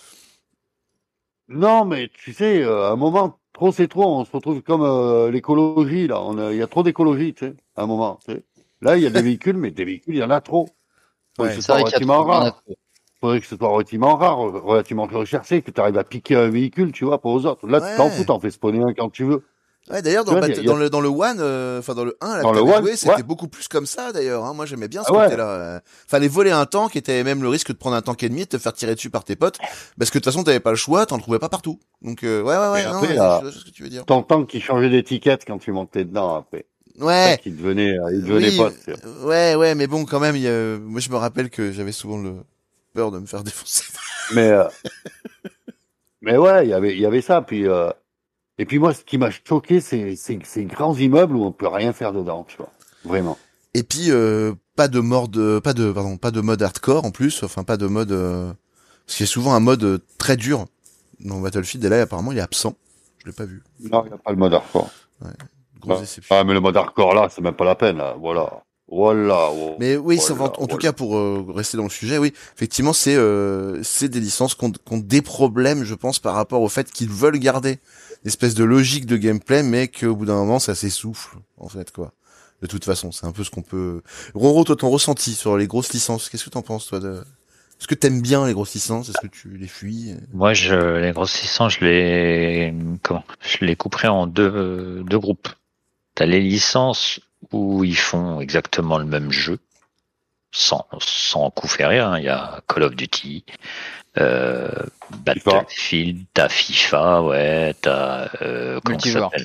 non, mais tu sais, à un moment, trop c'est trop. On se retrouve comme l'écologie, là. Il y a trop d'écologie, tu sais, à un moment. Tu sais. Là, il y a des véhicules, mais des véhicules, il y en a trop. Faut que ce c'est soit vrai qu'il y a relativement trop, il y en a rare. trop. Faudrait que ce soit relativement rare, relativement recherché, que tu arrives à piquer un véhicule, tu vois, pour aux autres. Là, tu t'en fous, t'en fais spawner un quand tu veux. Ouais, d'ailleurs, Tu vois, dans le One, enfin, dans le 1, là, dans que le t'avais One, joué, c'était ouais. beaucoup plus comme ça, d'ailleurs, hein. Moi, j'aimais bien ce Ah ouais. côté-là. Fallait voler un tank et t'avais même le risque de prendre un tank ennemi et de te faire tirer dessus par tes potes. Parce que de toute façon, t'avais pas le choix, t'en trouvais pas partout. Donc, ouais, Et non, après, je sais ce que tu veux dire. ton tank qui changeait d'étiquette quand tu montais dedans, après. Ouais. Qui devenait, il devenait Oui, pote. ouais, mais bon, quand même, moi, je me rappelle que j'avais souvent peur de me faire défoncer. Mais ouais, il y avait ça. Puis, et puis moi, ce qui m'a choqué, c'est ces grands immeubles où on peut rien faire dedans, tu vois. Vraiment. Et puis pas de mode hardcore en plus, enfin pas de mode parce qu'il y a souvent un mode très dur dans Battlefield et là apparemment il est absent. Je l'ai pas vu. Non, il n'y a pas le mode hardcore. Ouais, grosse déception. Ah, mais le mode hardcore là, c'est même pas la peine là. Voilà. Mais oui, voilà, en tout cas pour rester dans le sujet, oui, effectivement c'est des licences qui ont des problèmes, je pense, par rapport au fait qu'ils veulent garder une espèce de logique de gameplay, mais qu'au bout d'un moment ça s'essouffle en fait quoi. De toute façon, c'est un peu ce qu'on peut. Roro, toi, ton ressenti sur les grosses licences, qu'est-ce que t'en penses, toi Est-ce que t'aimes bien les grosses licences? Est-ce que tu les fuis? Moi, les grosses licences, je les couperais en deux groupes. T'as les licences où ils font exactement le même jeu, sans coup férir, hein. Il y a Call of Duty, Battlefield, t'as FIFA, ouais, t'as comment ça s'appelle?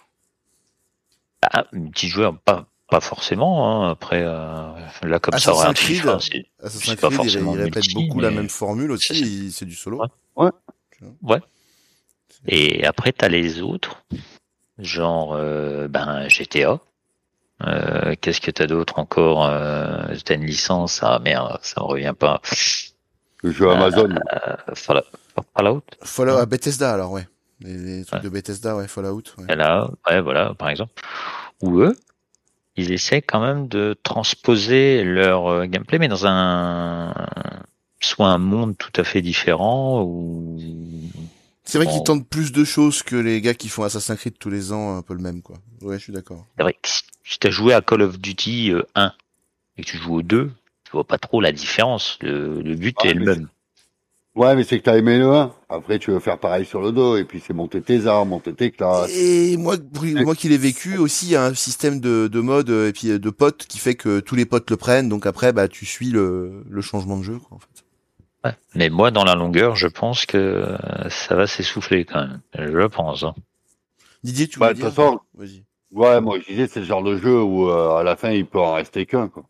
Ah, multijoueur, pas forcément, hein. Après, là, comme ça, Assassin's Creed, FIFA, c'est pas forcément il répète beaucoup la même formule aussi, c'est du solo. Ouais. Et après, t'as les autres, genre, GTA. Qu'est-ce que t'as d'autre encore? T'as une licence, ah merde, ça me revient pas. Le jeu Amazon. Fallout. À Bethesda, alors, ouais. Les trucs de Bethesda, ouais, Fallout. Ouais. Là, ouais, voilà, par exemple. Ou eux, ils essaient quand même de transposer leur gameplay, mais dans soit un monde tout à fait différent, ou... C'est vrai qu'ils tentent plus de choses que les gars qui font Assassin's Creed tous les ans, un peu le même, quoi. Ouais, je suis d'accord. C'est vrai que si t'as joué à Call of Duty 1 et que tu joues au 2, tu vois pas trop la différence. Le but est le même. Ouais, mais c'est que t'as aimé le 1. Après, tu veux faire pareil sur le 2, et puis c'est monter tes armes, monter tes classes. Et moi qui l'ai vécu aussi, il y a un système de mode et puis de potes qui fait que tous les potes le prennent, donc après bah tu suis le changement de jeu quoi, en fait. Ouais. Mais moi, dans la longueur, je pense que ça va s'essouffler quand même. Je pense. Hein. Didier, tu Bah, veux de dire? toute façon, Vas-y. ouais, moi je disais, c'est le genre de jeu où à la fin il peut en rester qu'un, quoi.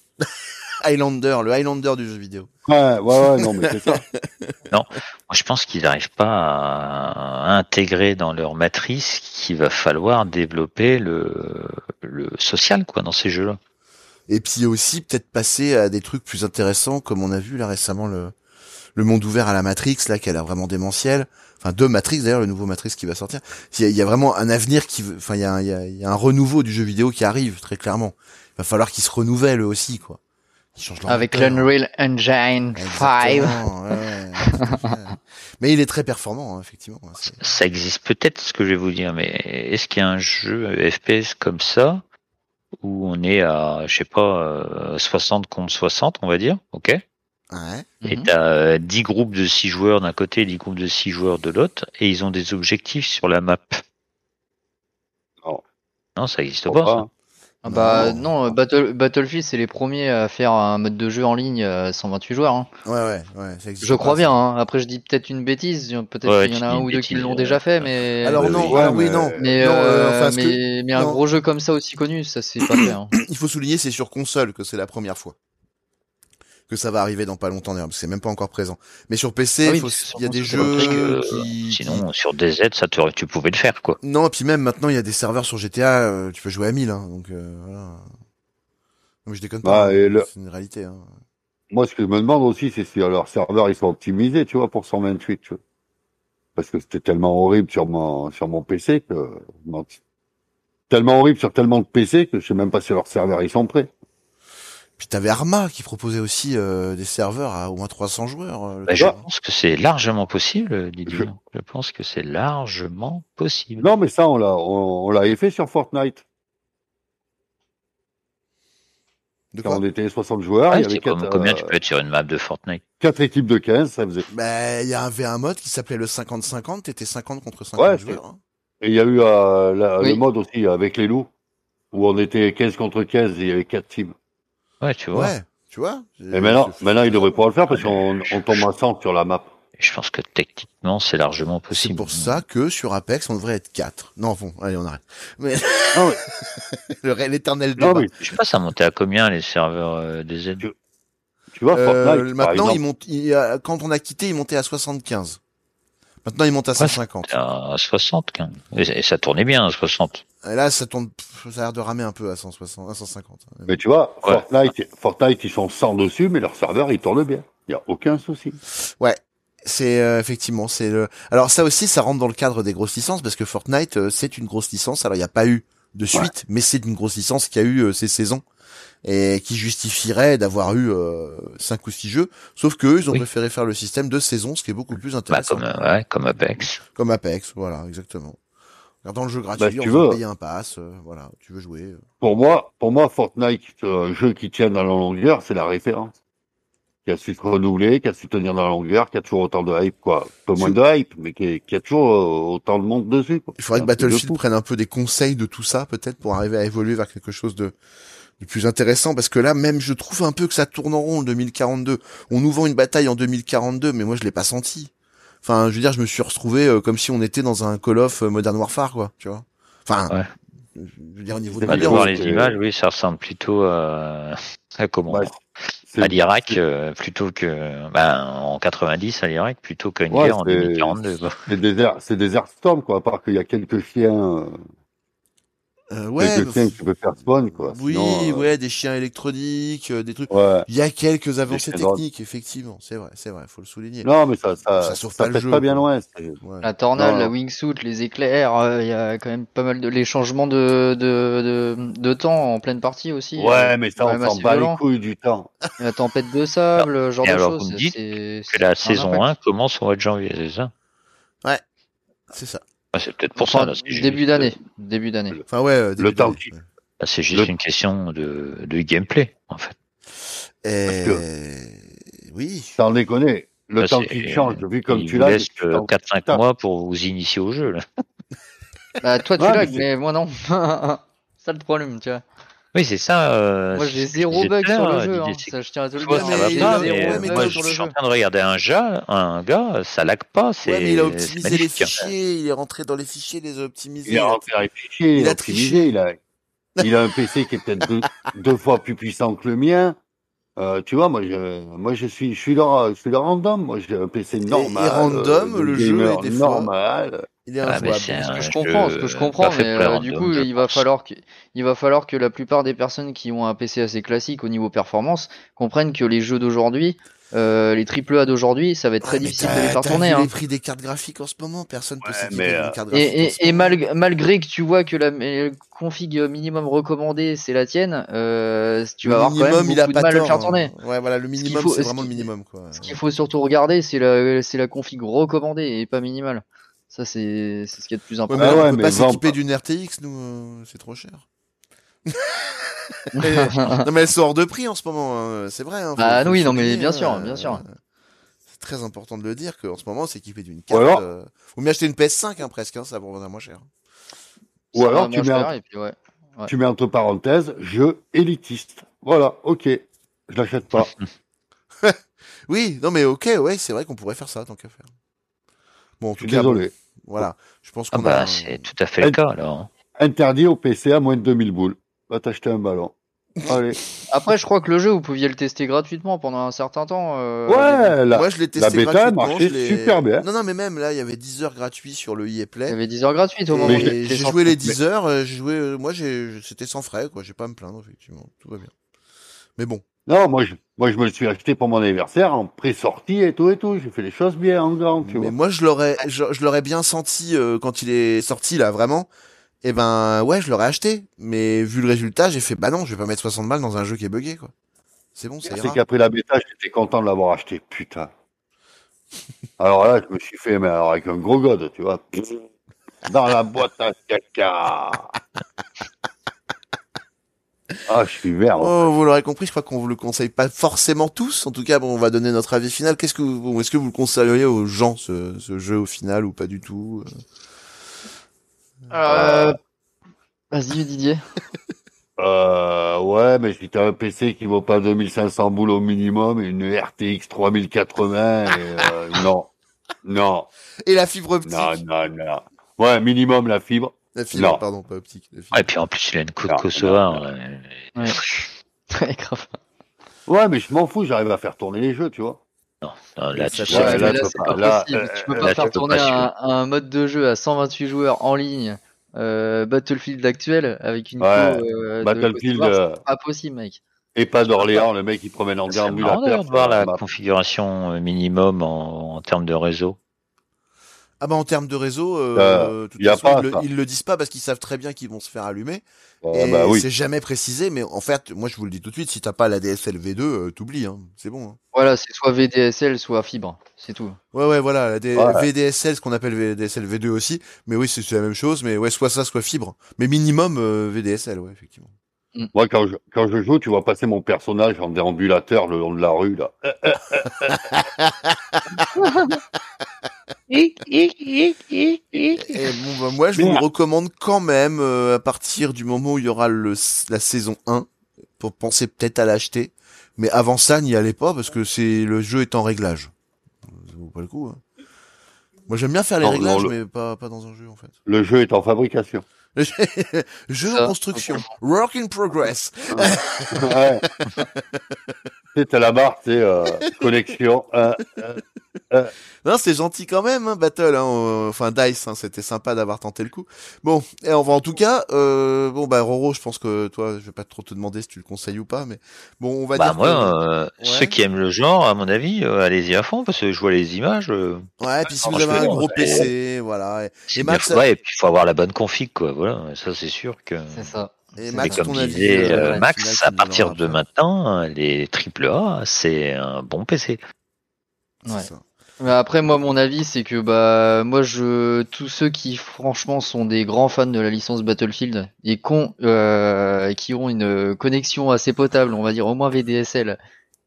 Le Highlander du jeu vidéo. Ouais, non, mais c'est ça. Non, moi, je pense qu'ils n'arrivent pas à intégrer dans leur matrice qu'il va falloir développer le social quoi dans ces jeux-là. Et puis aussi peut-être passer à des trucs plus intéressants comme on a vu là récemment le monde ouvert à la Matrix là qui a l'air vraiment démentiel. Enfin de Matrix d'ailleurs, le nouveau Matrix qui va sortir. Il y a vraiment un avenir enfin il y a un renouveau du jeu vidéo qui arrive très clairement. Il va falloir qu'ils se renouvellent eux aussi quoi. Ils changent leur Avec moteur. l'Unreal Engine 5. Exactement, ouais. Mais il est très performant hein, effectivement. Ça existe peut-être ce que je vais vous dire, mais est-ce qu'il y a un jeu FPS comme ça où on est à, je sais pas, 60 contre 60, on va dire, ok? Ouais. Et t'as 10 groupes de 6 joueurs d'un côté et 10 groupes de 6 joueurs de l'autre, et ils ont des objectifs sur la map. Non. Non, ça existe pas, ça. Ah bah non, Battlefield c'est les premiers à faire un mode de jeu en ligne 128 joueurs. Hein. Ouais, ça existe. Je crois pas, bien. ça. Hein. Après je dis peut-être une bêtise, peut-être Ouais, qu'il y en tu a dis un une ou deux qui bêtise, l'ont déjà fait, mais Alors non, ouais, alors oui mais- non. mais Non, euh, enfin, mais un non. gros jeu comme ça aussi connu, ça c'est pas fait. Hein. Il faut souligner c'est sur console que c'est la première fois que ça va arriver dans pas longtemps d'ailleurs parce que c'est même pas encore présent. Mais sur PC, Ah oui, il parce que sur y a des console, c'est jeux autre Sinon, sur DZ, tu pouvais le faire, quoi. Non, et puis même maintenant il y a des serveurs sur GTA, tu peux jouer à 1000 hein, donc voilà. Non, mais je déconne pas. Bah, et C'est une réalité hein. Moi, ce que je me demande aussi, c'est si leurs serveurs ils sont optimisés, tu vois, pour 128, tu vois. Parce que c'était tellement horrible sur mon PC que, non, tellement horrible sur tellement de PC que je sais même pas si leurs serveurs ils sont prêts. Puis t'avais Arma qui proposait aussi des serveurs à au moins 300 joueurs. Bah, je pense que c'est largement possible, Didier. Je pense que c'est largement possible. Non, mais ça, on l'avait fait sur Fortnite. De Quand quoi on était 60 joueurs, Ouais, il y avait c'est combien tu peux être sur une map de Fortnite? 4 équipes de 15, ça faisait. Bah, il y avait un mode qui s'appelait le 50-50, t'étais 50 contre 50 Ouais, joueurs. Hein. Et il y a eu Oui. le mode aussi avec les loups, où on était 15 contre 15 et il y avait 4 teams. Ouais, tu vois. Ouais, tu vois. Et maintenant, ils devraient pouvoir le faire parce qu'on tombe à 100 sur la map. Je pense que techniquement, c'est largement C'est possible. pour ça que sur Apex, on devrait être 4. Non, bon, allez, on arrête. Mais Ah ouais. l'éternel Non, débat. mais Je sais pas, ça montait à combien les serveurs des Z? tu vois, Fortnite, par Maintenant, exemple, quand on a quitté, il montait à 75. Maintenant, il monte à 150. À 60, quand même. Et ça tournait bien à 60. Et là, ça tourne, ça a l'air de ramer un peu à 160, à 150. mais tu vois, Ouais. Fortnite, ils sont 100 dessus, mais leur serveur, il tourne bien. Il y a aucun souci. Ouais. C'est effectivement c'est le. Alors ça aussi ça rentre dans le cadre des grosses licences parce que Fortnite c'est une grosse licence. Alors il n'y a pas eu de suite, mais c'est une grosse licence qui a eu ses saisons et qui justifierait d'avoir eu 5 ou 6 jeux. Sauf que eux, ils ont préféré faire le système de saison, ce qui est beaucoup plus Bah, intéressant. comme Apex. Comme Apex, voilà, exactement. Dans le jeu gratuit, Bah, si tu on veux. peut payer un pass, voilà, tu veux jouer. Pour moi, Fortnite, un jeu qui tient dans la longueur, c'est la référence. Qui a su se renouveler, qui a su tenir dans la longueur, qui a toujours autant de hype, quoi. Un peu moins de hype, mais qui a toujours autant de monde dessus, quoi. Il faudrait que C'est un truc de Battlefield fou. prenne un peu des conseils de tout ça, peut-être, pour arriver à évoluer vers quelque chose de plus intéressant, parce que là, même, je trouve un peu que ça tourne en rond, le 2042. On nous vend une bataille en 2042, mais moi, je l'ai pas senti. Enfin, je veux dire, je me suis retrouvé comme si on était dans un Call of Modern Warfare, quoi, tu vois. Enfin, Ouais. je veux dire, au niveau de Bah, De bien, voir l'ambiance. les images, oui, ça ressemble plutôt à comment? Ouais, c'est- À l'Irak, plutôt que, en 90 à l'Irak, plutôt qu'à une Ouais, guerre en 2042. quoi. c'est des Storm, quoi, à part qu'il y a quelques chiens, Ouais, quelques chiens que tu peux faire spawn, quoi. oui, Sinon, ouais, des chiens électroniques, des trucs. ouais. Il y a quelques avancées chiens de techniques, effectivement, c'est vrai, faut le souligner. Non, mais ça sauve pas le pète jeu, pas bien quoi. loin. c'est- Ouais. La tornade, Non, la non. wingsuit, les éclairs, il y a quand même pas mal de les changements de temps en pleine partie aussi. Ouais, mais ça, quand on même s'en assez bat les violent. couilles du temps. La tempête de sable, ce genre Et de alors, choses. vous me dites c'est Que la un saison impact. 1 commence au mois de janvier, c'est ça? C'est ça. Ah, c'est peut-être pour ça, Enfin, là. C'est début juste, d'année. Début d'année. Enfin, ouais, début Le temps d'année, qui- ouais. là, c'est juste Le- une question de gameplay, en fait. Et... Oui. Sans déconner. Le Ça, temps c'est- qu'il change, vu comme Il tu vous l'as. laisse tu t'en- 4-5 Putain. mois pour vous initier au jeu, là. Bah, toi, tu Ouais, lags, mais mais moi, non. Ça, le problème, tu vois. Oui, c'est ça. Moi, c'est j'ai ce que je zéro disais bug tout à sur le l'heure, jeu, Didier, hein. c'est Ça, je tiens à te le toi, dire. ça hein. va J'ai pas, zéro mais bug moi, je sur le suis jeu. en train de regarder un gars, ça lag pas, c'est Ouais, mais il a c'est optimisé les magnifique. fichiers, il est rentré dans les fichiers, il les a optimisés. Il est rentré dans les fichiers, il il a a optimisé, triché. il a un PC qui est peut-être deux fois plus puissant que le mien. Tu vois, je suis le random. Moi, j'ai un PC normal, Et random, de le jeu gamer est des fois, normal. il est Ah, mais injouable. c'est un Ce que jeu je pas comprends, fait mais pour les du randoms, coup, je pense. il va falloir que la plupart des personnes qui ont un PC assez classique au niveau performance comprennent que les jeux d'aujourd'hui, les AAA d'aujourd'hui, ça va être très Ouais, mais difficile de les faire t'as tourner, vu hein. les prix des cartes graphiques en ce moment, personne peut Ouais, s'équiper mais, d'une carte graphique en ce Et moment. malgré que tu vois que la config minimum recommandée c'est la tienne, tu vas Le avoir quand même minimum, il a beaucoup de pas mal à le tort. faire tourner. Ouais, voilà, le minimum, faut- c'est ce vraiment qui- le minimum, quoi. Ce qu'il faut surtout regarder, c'est la config recommandée et pas minimale. Ça, c'est ce qui est le plus Ouais, important. mais Ah là, on ouais, peut mais pas vends s'équiper pas. d'une RTX, nous, c'est trop cher. Non, mais elle sort de prix en ce moment, hein, c'est vrai. Hein, Bah faut oui, le non mais souligner, bien hein, sûr, bien sûr. C'est très important de le dire qu'en ce moment, s'équiper d'une Ou carte. alors, Faut mieux acheter une PS5, hein, presque, hein, ça va revenir moins cher. ou Ça alors va tu moins mets, cher, et puis ouais. tu mets entre parenthèses jeu élitiste. Voilà, ok. Je l'achète pas. Oui, non, mais ok, ouais, c'est vrai qu'on pourrait faire ça, tant qu'à faire. Bon, en Je tout suis cas, bon, désolé. voilà. Je pense Ah qu'on bah, a. c'est tout à fait le cas, alors. Interdit au PC à moins de 2000 boules. Va t'acheter un ballon. Allez. Après, je crois que le jeu, vous pouviez le tester gratuitement pendant un certain temps. au début. Ouais, Moi, je l'ai la testé bêta gratuitement. marchait je l'ai- super bien. Non, non, mais même là, il y avait 10 heures gratuits sur le EA Il y Play. avait 10 heures gratuites au moment où il Et était j'ai sorti. joué les 10 heures, j'ai joué, moi, c'était sans frais, quoi. J'ai pas à me plaindre, effectivement. Tout va bien. Mais bon. Non, moi, je me le suis acheté pour mon anniversaire en pré-sortie et tout et tout. J'ai fait les choses bien en grand, tu Mais vois. moi, je l'aurais bien senti quand il est sorti, là, vraiment. Et ben, ouais, je l'aurais acheté. Mais vu le résultat, j'ai fait, bah non, je vais pas mettre 60 balles dans un jeu qui est buggé, quoi. C'est bon, ça C'est ira. qu'après la bêta, j'étais content de l'avoir acheté. Putain. Alors là, je me suis fait, mais alors avec un gros god, tu vois. Dans la boîte à caca. Ah, je suis vert. Là. Oh, vous l'aurez compris, je crois qu'on vous le conseille pas forcément tous. En tout cas, bon, on va donner notre avis final. Est-ce que vous le conseilleriez aux gens, ce jeu au final, ou pas du tout? Vas-y, Didier. Ouais, mais si t'as un PC qui vaut pas 2500 boules au minimum et une RTX 3080, non. Non. Et la fibre optique? Non. Ouais, minimum la fibre. La fibre, Non. pardon, pas optique. La fibre. Ouais, et puis en plus, il a une coupe Non, Kosovar. non, Ouais. Ouais, grave. Ouais, mais je m'en fous, j'arrive à faire tourner les jeux, tu vois. Non, là, Ça tu te- sais Ouais, que- là, là, tu c'est peux pas pas. Là, possible. Tu peux là, pas tu faire peux tourner pas suivre. un mode de jeu à 128 joueurs en ligne, Battlefield actuel, avec une Ouais, co de Battlefield Kosovar, c'est pas possible, mec. et pas d'Orléans, le mec il promène en C'est marrant déambulateur. d'ailleurs de voir sur la map. configuration minimum en termes de réseau. Ah bah en termes de réseau, de toute y a façon, pas ça. ils le disent pas parce qu'ils savent très bien qu'ils vont se faire allumer. Ah, Et bah oui. c'est jamais précisé, mais en fait, moi je vous le dis tout de suite, si t'as pas la DSL V2, t'oublies, hein. C'est bon. Hein. Voilà, c'est soit VDSL, soit fibre. C'est tout. Ouais, voilà, Ouais. VDSL, ce qu'on appelle VDSL V2 aussi, mais oui, c'est la même chose, mais ouais, soit ça, soit fibre. Mais minimum VDSL, ouais, effectivement. Moi, quand je joue, tu vois passer mon personnage en déambulateur le long de la rue, là. Et bon, bah, moi, je vous le recommande quand même à partir du moment où il y aura la saison 1, pour penser peut-être à l'acheter. Mais avant ça, n'y allez pas parce que le jeu est en réglage. Ça vaut pas le coup. Hein. Moi, j'aime bien faire les Non, réglages, non, mais pas dans un jeu en fait. Le jeu est en fabrication. Jeu Ça, en construction, work in progress. Ouais. Tu sais, t'as la barre, tu sais, connexion. Non, c'est gentil quand même, hein, Battle. Hein, enfin, Dice, hein, c'était sympa d'avoir tenté le coup. Bon, et on va en tout cas. Bon, bah Roro, je pense que toi, je vais pas trop te demander si tu le conseilles ou pas, mais bon, on va Bah dire. moi, Ouais. ceux qui aiment le genre, à mon avis, allez-y à fond parce que je vois les images. Ouais, et puis si vous franchement, avez un gros c'est- PC, voilà. C'est Et bien Max, fait. Ouais, et puis il faut avoir la bonne config, quoi. Voilà, ça c'est sûr que. C'est ça. et C'est Max, Et comme ton avis, disait final, Max, tu à nous partir donneras de après. maintenant, les AAA, c'est un bon PC. C'est Ouais. ça. Mais après, moi, mon avis, c'est que bah, moi, tous ceux qui, franchement, sont des grands fans de la licence Battlefield et qui ont une connexion assez potable, on va dire au moins VDSL,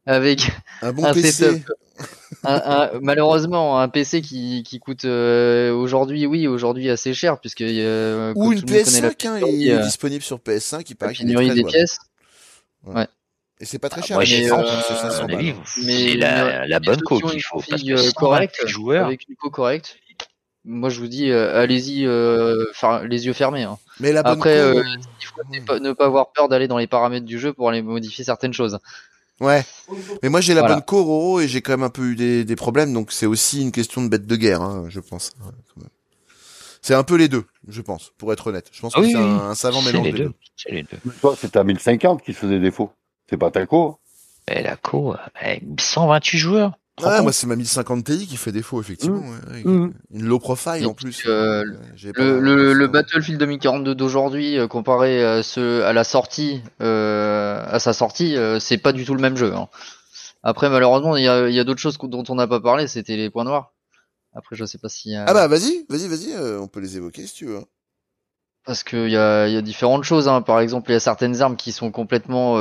avec Un bon un PC. setup. Malheureusement, un PC qui coûte aujourd'hui assez cher, puisque Ou comme une tout le monde connaît la PS5, hein, il pénurie, est disponible sur PS5, il la paraît qu'il est pénurie très des jouable. pièces. Ouais. Ouais. Et c'est pas très Ah, cher, moi, la j'ai Mais, PS5, tendance, c'est 500 à mon balles. avis, hein. vous Mais filez la bonne ceux co qui ont qu'il une faut, parce config que 128 correcte, joueurs, avec une co correcte, moi je vous dis, allez-y, les yeux fermés. Hein. Mais la bonne Après, co. il faut ne pas avoir peur d'aller dans les paramètres du jeu pour aller modifier certaines choses. Ouais. Mais moi j'ai la Voilà. bonne co, Roro, et j'ai quand même un peu eu des problèmes, donc c'est aussi une question de bête de guerre, hein, je pense. Ouais, quand même. C'est un peu les deux, je pense, pour être honnête. Je pense Ah que oui, c'est oui, un savant c'est mélange les des deux. deux. C'est les deux. Mais toi, c'est ta 1050 qui se faisait défaut. C'est pas ta co. Et la co, 128 joueurs. Ouais, moi c'est ma 1050 Ti qui fait défaut, effectivement. Ouais, Mmh. Une low profile Et en puis, plus. J'avais pas le ça. Battlefield 2042 d'aujourd'hui, comparé à à sa sortie, c'est pas du tout le même jeu. Hein. Après, malheureusement, il y a d'autres choses dont on n'a pas parlé, c'était les points noirs. Après, je sais pas si. Ah bah vas-y, on peut les évoquer si tu veux. Parce qu'il y a différentes choses. Hein. Par exemple, il y a certaines armes qui sont complètement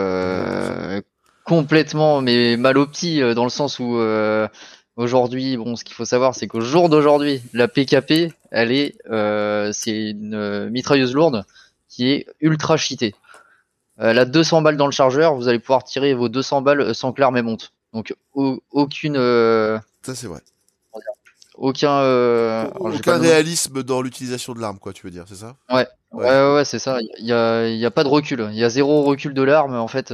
mais mal opties, dans le sens où aujourd'hui, bon, ce qu'il faut savoir, c'est qu'au jour d'aujourd'hui, la PKP, c'est une mitrailleuse lourde qui est ultra cheatée. Elle a 200 balles dans le chargeur, vous allez pouvoir tirer vos 200 balles sans que l'arme monte. Donc aucune Ça c'est vrai. aucun alors, j'ai pas Aucun le nom. réalisme dans l'utilisation de l'arme, quoi, tu veux dire, c'est ça? Ouais, c'est ça. Il y a pas de recul. Il y a zéro recul de l'arme en fait.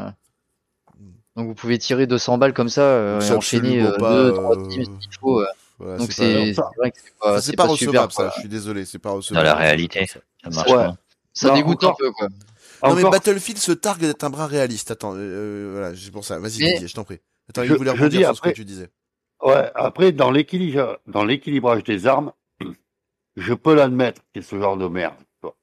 Donc vous pouvez tirer 200 balles comme ça Donc et c'est enchaîner absolument pas, 2-3 teams s'il faut. Voilà, Donc c'est c'est vrai que c'est pas pas super. recevable, ça. Quoi. Je suis désolé, c'est pas Dans recevable. la réalité, ça marche Ouais. pas. Ça Non, dégoûte encore. un peu quoi. Non mais Encore, Battlefield se targue d'être un brin réaliste. Attends, voilà, c'est pour ça. Vas-y, Mais- Didier, je t'en prie. Attends, il Je- voulait je rebondir dis sur ce que après- tu disais. ouais, après, dans l'équilibrage des armes, je peux l'admettre qu'il y ait ce genre de merde. Tu vois.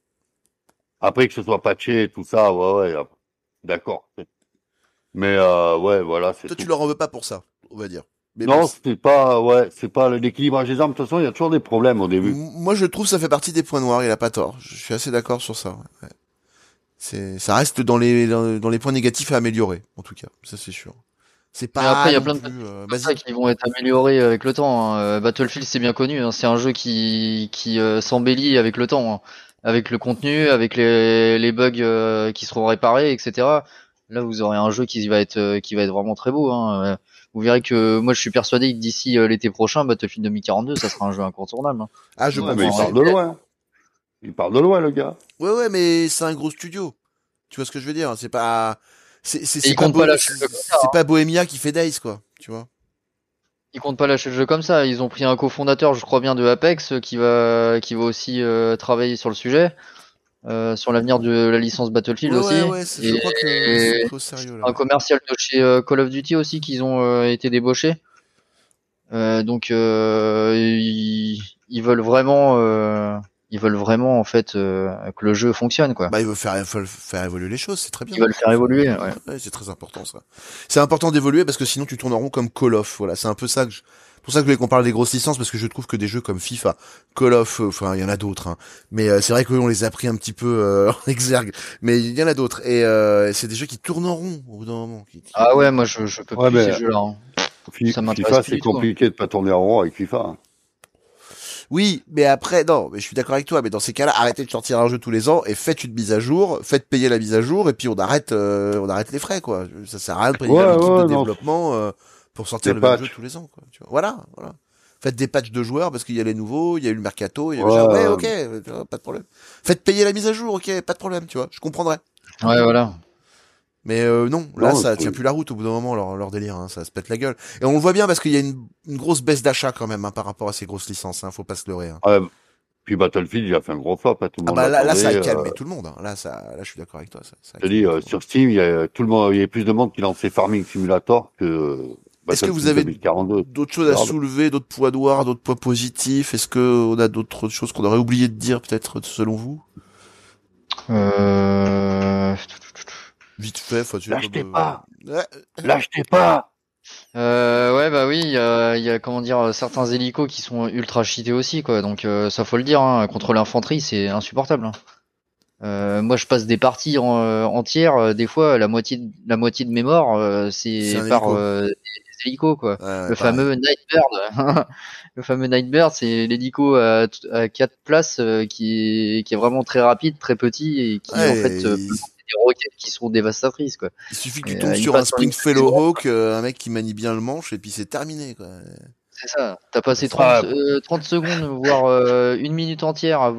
Après que ce soit patché et tout ça, ouais, d'accord. Mais ouais, voilà, c'est Toi, tout. tu leur en veux pas pour ça, on va dire. Mais Non, bon, c'est pas l'équilibrage des armes. De toute façon, il y a toujours des problèmes au début. moi, je trouve que ça fait partie des points noirs. Il a pas tort. Je suis assez d'accord sur ça. Ouais. Ça reste dans les points négatifs à améliorer, en tout cas. Ça, c'est sûr. C'est pas. Mais après, il y a non plein de plus, C'est ça vas-y. qui vont être améliorés avec le temps. Hein. Battlefield, c'est bien connu. Hein. C'est un jeu qui s'embellit avec le temps, hein. Avec le contenu, avec les bugs qui seront réparés, etc. Là, vous aurez un jeu qui va être vraiment très beau. Hein. Vous verrez que moi, je suis persuadé que d'ici l'été prochain, Battlefield 2042, ça sera un jeu incontournable. Hein. Ah, je Ouais, pense. mais il pense. part de loin. Il part de loin, le gars. Ouais, mais c'est un gros studio. Tu vois ce que je veux dire? C'est pas. C'est ils comptent pas lâcher le jeu comme ça, C'est pas Bohemia qui fait Days, quoi. Tu vois? Ils comptent pas lâcher le jeu comme ça. Ils ont pris un cofondateur, je crois bien, de Apex, qui va aussi travailler sur le sujet, sur l'avenir de la licence Battlefield aussi. Ouais, je crois que c'est trop sérieux, là. Un commercial de chez Call of Duty aussi qu'ils ont été débauchés. Donc ils veulent vraiment en fait que le jeu fonctionne quoi. Bah, il veut faire évoluer les choses, c'est très bien. Ils veulent faire évoluer. Ouais. Ouais, c'est très important, ça. C'est important d'évoluer parce que sinon tu tournes en rond comme Call of. Voilà, c'est un peu ça pour ça que je voulais qu'on parle des grosses licences, parce que je trouve que des jeux comme FIFA, Call of, enfin il y en a d'autres, hein. Mais c'est vrai qu'on les a pris un petit peu en exergue, mais il y en a d'autres, et c'est des jeux qui tournent en rond au bout d'un moment. Ah ouais, moi je peux Ouais, plus mais- ces jeux-là. Hein. Ça m'intéresse FIFA, plus c'est du tout, compliqué de pas tourner en rond avec FIFA. Hein. Oui, mais après, non, mais je suis d'accord avec toi, mais dans ces cas-là, arrêtez de sortir un jeu tous les ans et faites une mise à jour, faites payer la mise à jour, et puis on arrête les frais, quoi. Ça sert à rien de payer Ouais, l'équipe ouais, de non. développement pour sortir Des le même patchs. jeu tous les ans, quoi. Tu vois. Voilà. Faites des patchs de joueurs parce qu'il y a les nouveaux, il y a eu le mercato, il y a Ouais. ok, pas de problème. Faites payer la mise à jour, ok, pas de problème, tu vois. Je comprendrais. Ouais voilà. Mais non, là Non, ça c'est- tient plus la route au bout d'un moment, leur délire, hein, ça se pète la gueule. Et on le voit bien parce qu'il y a une grosse baisse d'achat quand même, hein, par rapport à ces grosses licences, hein, faut pas se leurrer. Hein. Ouais, puis Battlefield, il a fait un gros flop. Hein, tout le Ah monde bah là ça a l'attendait, calmé tout le monde. Hein. Là je suis d'accord avec toi. Ça Je te dis, sur Steam, il y a tout le monde, il y a plus de monde qui lance Farming Simulator que Est-ce que vous Battlefield avez 2042. d'autres choses à Merde. soulever, d'autres points noirs, d'autres points positifs? Est-ce que on a d'autres choses qu'on aurait oublié de dire peut-être selon vous? Vite fait, L'achetez pas. Ouais. L'achetez pas. Ouais bah oui, il y a comment dire certains hélicos qui sont ultra cheatés aussi quoi. Donc ça faut le dire. Hein, contre l'infanterie, c'est insupportable. Hein. Moi, je passe des parties entières. Des fois, la moitié de mes morts, c'est un par hélico. des hélicos, quoi. Ouais, Le pareil. fameux Nightbird. Le fameux Nightbird, c'est l'hélico à 4 places qui est vraiment très rapide, très petit et qui Ouais, en fait peut lancer des roquettes qui sont dévastatrices, quoi. il suffit que tu Et, tombes il sur un passe en une Springfellow seconde. Hawk, un mec qui manie bien le manche, et puis c'est terminé, quoi. C'est ça. T'as passé Ah, 30 secondes, voire 1 minute entière à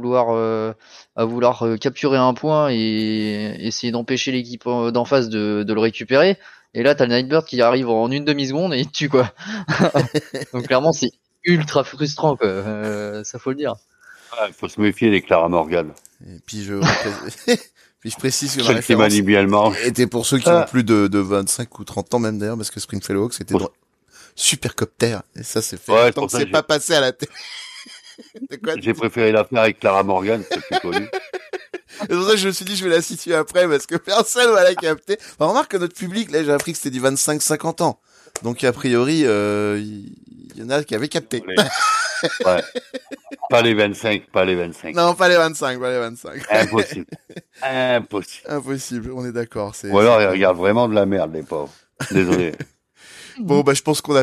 vouloir capturer un point et essayer d'empêcher l'équipe d'en face de le récupérer. Et là, t'as le Nightbird qui arrive en une demi-seconde et il te tue, quoi. Donc clairement, c'est ultra frustrant, quoi. Ça faut le dire. il faut se méfier des Clara Morgan. Et puis puis je précise que ma Celle qui référence manie bien le manche. était pour ceux qui ont plus de 25 ou 30 ans même d'ailleurs, parce que Springfellow Hawk, c'était dans Supercopter, et ça c'est fait Ouais, longtemps pour que ça, c'est j'ai- pas passé à la télé. De quoi J'ai préféré la faire avec Clara Morgan, c'est plus connu. C'est pour ça que je me suis dit je vais la situer après, parce que personne va la capter. Enfin, remarque que notre public, là j'ai appris que c'était du 25-50 ans. Donc a priori, il y en a qui avaient capté. Ouais. Pas les 25, pas les 25. Non, pas les 25, pas les 25. Impossible. Impossible. Impossible, on est d'accord. Ou alors ils regardent vraiment de la merde, les pauvres. Désolé. Bon, bah, je pense qu'on a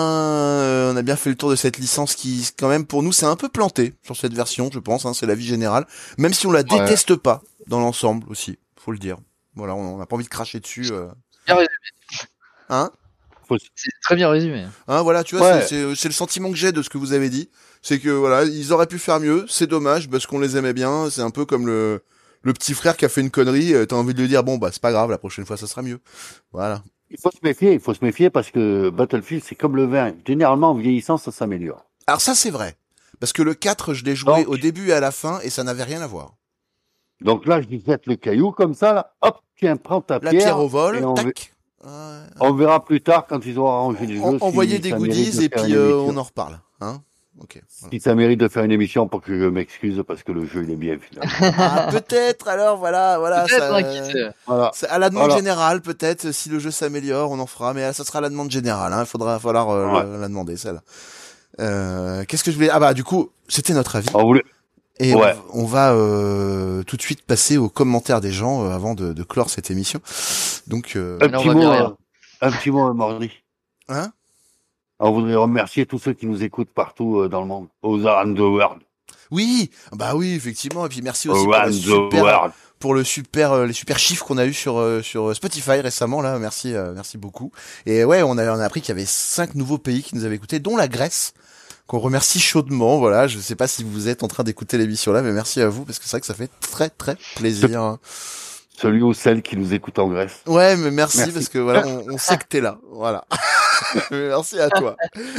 bien fait le tour de cette licence qui, quand même, pour nous, c'est un peu planté sur cette version, je pense, hein, c'est l'avis général. Même si on la déteste pas dans l'ensemble aussi, faut le dire. Voilà, on n'a pas envie de cracher dessus. Bien résumé. Hein? C'est très bien résumé. Hein, voilà, tu vois, Ouais. c'est le sentiment que j'ai de ce que vous avez dit. C'est que, voilà, ils auraient pu faire mieux, c'est dommage, parce qu'on les aimait bien, c'est un peu comme le petit frère qui a fait une connerie, t'as envie de lui dire, bon, bah, c'est pas grave, la prochaine fois, ça sera mieux. Voilà. Il faut se méfier parce que Battlefield, c'est comme le vin. Généralement, en vieillissant, ça s'améliore. Alors ça, c'est vrai. Parce que le 4, je l'ai joué Donc- au début et à la fin, et ça n'avait rien à voir. Donc là, je lui jette le caillou comme ça, là. Hop, tiens, prends ta La pierre. pierre au vol, et tac. on verra plus tard quand ils auront arrangé le jeu. Envoyer si des ça mérite goodies de et faire puis une émission. on en reparle. Hein, ok. Voilà. Si ça mérite de faire une émission pour que je m'excuse parce que le jeu, il est bien finalement. Ah, peut-être alors, voilà. Peut-être, ça- hein, qui sait. Voilà. c'est à la demande Voilà. générale, peut-être, si le jeu s'améliore, on en fera, mais ça sera à la demande générale, hein, falloir la demander, celle-là. Qu'est-ce que je voulais, ah bah, du coup, c'était notre avis. On voulait... Et Ouais. on va tout de suite passer aux commentaires des gens avant de clore cette émission. Donc, un, là, on petit va mot, bien rire. un petit mot, Mardi. hein? On voudrait remercier tous ceux qui nous écoutent partout dans le monde. Aux around the world. Oui, bah oui, effectivement. Et puis merci aussi Around the world. pour les super chiffres qu'on a eu sur Spotify récemment là. Merci beaucoup. Et ouais, on a appris qu'il y avait 5 nouveaux pays qui nous avaient écoutés, dont la Grèce, qu'on remercie chaudement. Voilà, je sais pas si vous êtes en train d'écouter l'émission là, mais merci à vous parce que c'est vrai que ça fait très très plaisir. Hein. Celui ou celle qui nous écoute en Grèce. Ouais, mais merci. Merci. Parce que voilà, on sait que t'es là. Voilà. Merci à toi.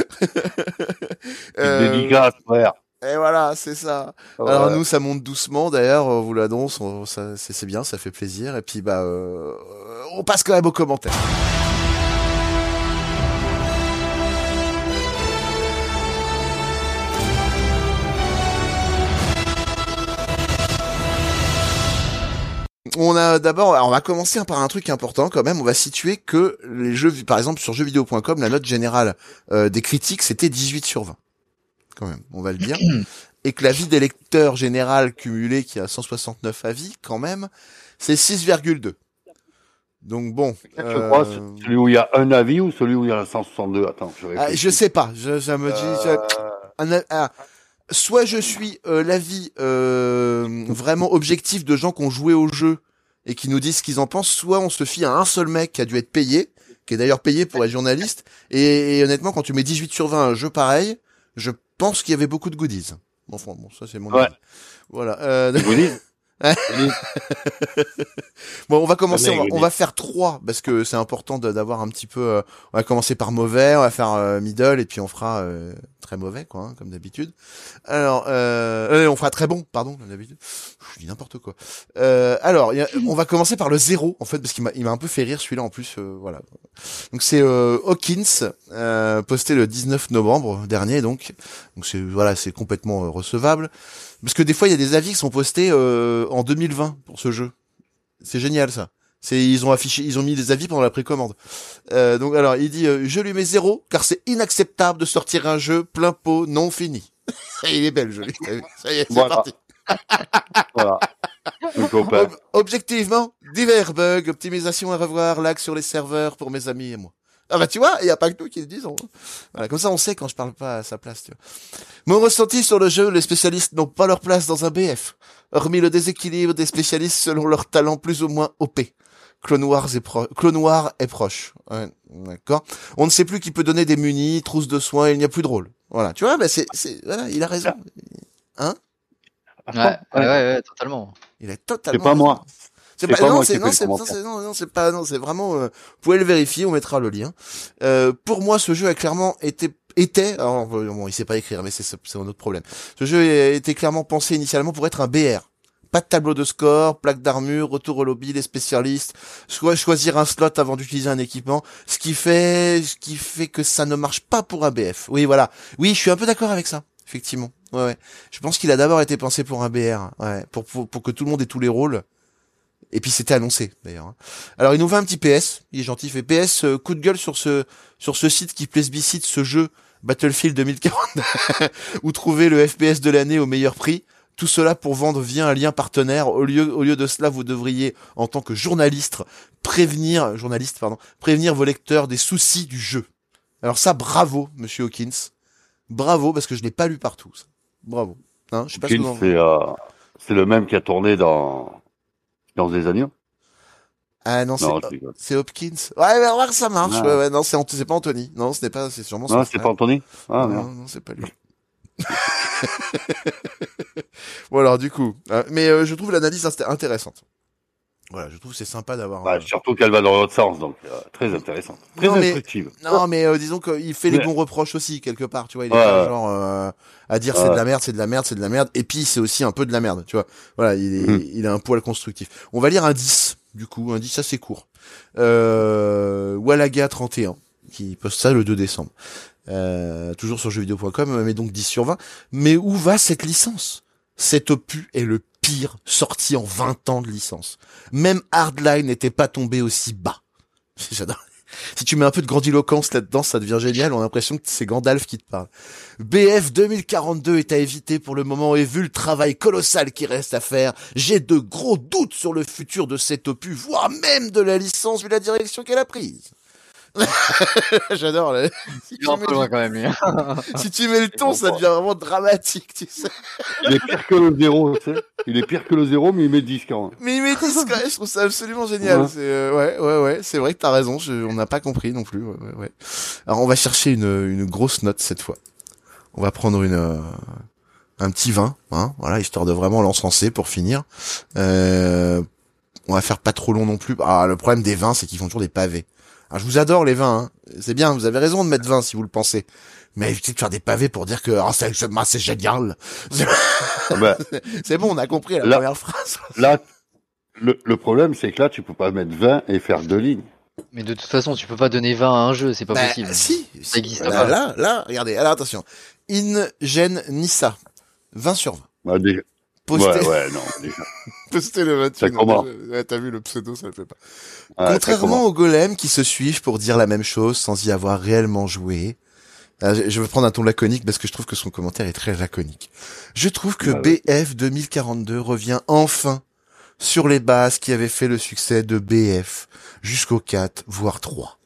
Dédicace, frère. Et voilà, c'est ça. Ouais. Alors nous, ça monte doucement. D'ailleurs, on vous l'annonce, c'est bien, ça fait plaisir. Et puis bah, on passe quand même aux commentaires. On a d'abord, alors on va commencer par un truc important quand même. On va situer que les jeux, par exemple sur jeuxvideo.com, la note générale des critiques c'était 18 sur 20. Quand même, on va le dire. Et que l'avis des lecteurs général cumulé qui a 169 avis quand même, c'est 6,2. Donc bon. Je crois, celui où il y a un avis ou celui où il y en a 162. Attends, Je sais pas. Ça me dit. Soit je suis l'avis vraiment objectif de gens qui ont joué au jeu et qui nous disent ce qu'ils en pensent, soit on se fie à un seul mec qui a dû être payé, qui est d'ailleurs payé pour être journaliste, et honnêtement quand tu mets 18 sur 20 à un jeu pareil, je pense qu'il y avait beaucoup de goodies. Bon, ça c'est mon avis. Voilà. Goodies. Bon, on va commencer, Allez, on va faire 3 parce que c'est important d'avoir un petit peu. On va commencer par mauvais, on va faire middle et puis on fera très mauvais quoi, hein, comme d'habitude. Alors, on fera très bon, pardon, comme d'habitude. Je dis n'importe quoi. Alors, on va commencer par le 0 en fait parce qu'il m'a un peu fait rire celui-là en plus. Voilà. Donc c'est Hawkins posté le 19 novembre dernier donc c'est complètement recevable. Parce que des fois, il y a des avis qui sont postés en 2020 pour ce jeu. C'est génial, ça. Ils ont mis des avis pendant la précommande. Donc, alors, il dit, je lui mets 0, car c'est inacceptable de sortir un jeu plein pot non fini. Il est belle, joli. Ça y est, c'est Voilà. parti. Voilà. mon copain. Objectivement, divers bugs, optimisation à revoir, lag sur les serveurs pour mes amis et moi. Ah bah tu vois, il y a pas que nous qui le disons. Voilà, comme ça on sait quand je parle pas à sa place, tu vois. Mon ressenti sur le jeu, les spécialistes n'ont pas leur place dans un BF. Hormis le déséquilibre des spécialistes selon leur talent plus ou moins OP. Clone Wars est proche. Ouais, d'accord. On ne sait plus qui peut donner des munis, trousse de soins, il n'y a plus de rôle. Voilà, tu vois, bah voilà, il a raison. Hein? Ouais, totalement. Il a totalement. C'est pas moi. C'est pas, pas non, moi c'est qui fais le commentaire. c'est vraiment, vous pouvez le vérifier, on mettra le lien. Pour moi, ce jeu a clairement était, alors, bon, il sait pas écrire, mais c'est un autre problème. Ce jeu était clairement pensé initialement pour être un BR. Pas de tableau de score, plaque d'armure, retour au lobby, les spécialistes, choisir un slot avant d'utiliser un équipement, ce qui fait que ça ne marche pas pour un BF. Oui, voilà. Oui, je suis un peu d'accord avec ça, effectivement. Ouais. Je pense qu'il a d'abord été pensé pour un BR, ouais, pour que tout le monde ait tous les rôles. Et puis c'était annoncé d'ailleurs. Alors il nous fait un petit PS, il est gentil, il fait PS, coup de gueule sur ce site qui plébiscite ce jeu Battlefield 2040 où trouver le FPS de l'année au meilleur prix. Tout cela pour vendre via un lien partenaire. Au lieu de cela, vous devriez, en tant que journaliste, prévenir vos lecteurs des soucis du jeu. Alors ça, bravo, monsieur Hawkins. Bravo, parce que je l'ai pas lu partout. Ça. Bravo. Hein, je sais pas ce que vous en c'est le même qui a tourné dans des agneaux. Ah non, c'est Hopkins. Ouais, mais on va voir que ça marche. Ah. Ouais, non, c'est pas Anthony. Non, ce n'est pas, c'est sûrement son Non, c'est frère. pas Anthony. Ah, non, merde. non, c'est pas lui. Bon alors du coup, mais je trouve l'analyse intéressante. Voilà, je trouve c'est sympa d'avoir. Bah, surtout qu'elle va dans l'autre sens, donc très intéressante, très instructive. Non, mais disons qu'il fait les bons reproches aussi quelque part, tu vois. Il est pas genre à dire c'est de la merde, c'est de la merde, c'est de la merde. Et puis c'est aussi un peu de la merde, tu vois. Voilà, il a un poil constructif. On va lire un 10, du coup, un 10 assez court. Walaga 31 qui poste ça le 2 décembre. Toujours sur jeuxvideo.com, mais donc 10 sur 20. Mais où va cette licence? Cet opus est le pire sorti en 20 ans de licence. Même Hardline n'était pas tombé aussi bas. J'adore. Si tu mets un peu de grandiloquence là-dedans, ça devient génial. On a l'impression que c'est Gandalf qui te parle. BF 2042 est à éviter pour le moment et vu le travail colossal qui reste à faire, j'ai de gros doutes sur le futur de cet opus, voire même de la licence vu la direction qu'elle a prise. J'adore là. Il est un peu loin quand même, lui. Si tu mets le ton, ça devient vraiment dramatique, tu sais. Il est pire que le 0, tu sais. Il est pire que le 0, mais il met 10 quand même. Mais il met 10 quand même, je trouve ça absolument génial. Ouais. C'est, ouais, c'est vrai que t'as raison, on n'a pas compris non plus, ouais. Alors on va chercher une grosse note cette fois. On va prendre un petit 20, hein, voilà, histoire de vraiment l'encenser pour finir. On va faire pas trop long non plus. Ah, le problème des vins, c'est qu'ils font toujours des pavés. Alors, je vous adore les vins, hein. C'est bien, vous avez raison de mettre 20 si vous le pensez. Mais évitez de faire des pavés pour dire que c'est génial. Ben, c'est bon, on a compris la première phrase. Là, le problème, c'est que là, tu peux pas mettre 20 et faire 2 lignes. Mais de toute façon, tu peux pas donner 20 à un jeu, c'est pas possible. Si, ça existe là, pas. Là, regardez, alors attention. Ingen Nissa, 20 sur 20. Bah, déjà. Postez... Ouais, non, déjà. Postez le 28. Ça commence. T'as vu le pseudo, ça le fait pas. Ouais, Contrairement aux golems qui se suivent pour dire la même chose sans y avoir réellement joué, je vais prendre un ton laconique parce que je trouve que son commentaire est très laconique. Je trouve que BF 2042 revient enfin sur les bases qui avaient fait le succès de BF jusqu'au 4, voire 3.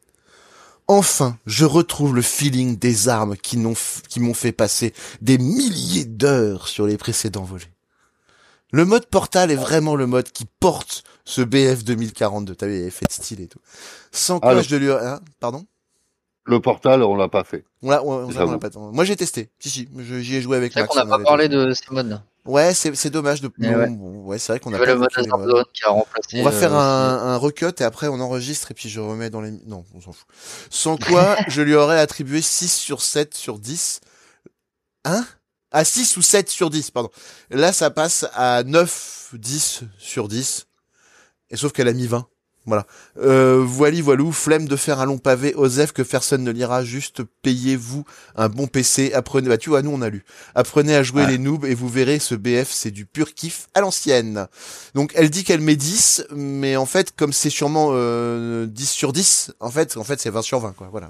Enfin, je retrouve le feeling des armes qui m'ont fait passer des milliers d'heures sur les précédents volets. Le mode Portal est vraiment le mode qui porte ce BF 2042. T'as vu, effet de style et tout. Sans quoi je lui... Hein, pardon? Le Portal, on l'a pas fait. On l'a pas... Moi, j'ai testé. Si, j'y ai joué avec Max. C'est vrai qu'on n'a pas parlé de ces modes. Ouais, c'est dommage de... Ouais, c'est vrai qu'on a pas... le mode Zone qui a remplacé... On va faire un recut et après on enregistre et puis je remets dans les... Non, on s'en fout. Sans quoi, je lui aurais attribué 6 sur 7 sur 10. Hein? À 6 ou 7 sur 10, pardon. Là, ça passe à 9, 10 sur 10. Et sauf qu'elle a mis 20. Voilà. Voilou, flemme de faire un long pavé, Osef que personne ne lira, juste payez-vous un bon PC, apprenez, bah tu vois, nous on a lu. Apprenez à jouer les noobs et vous verrez, ce BF, c'est du pur kiff à l'ancienne. Donc, elle dit qu'elle met 10, mais en fait, comme c'est sûrement 10 sur 10, en fait, c'est 20 sur 20, quoi, voilà.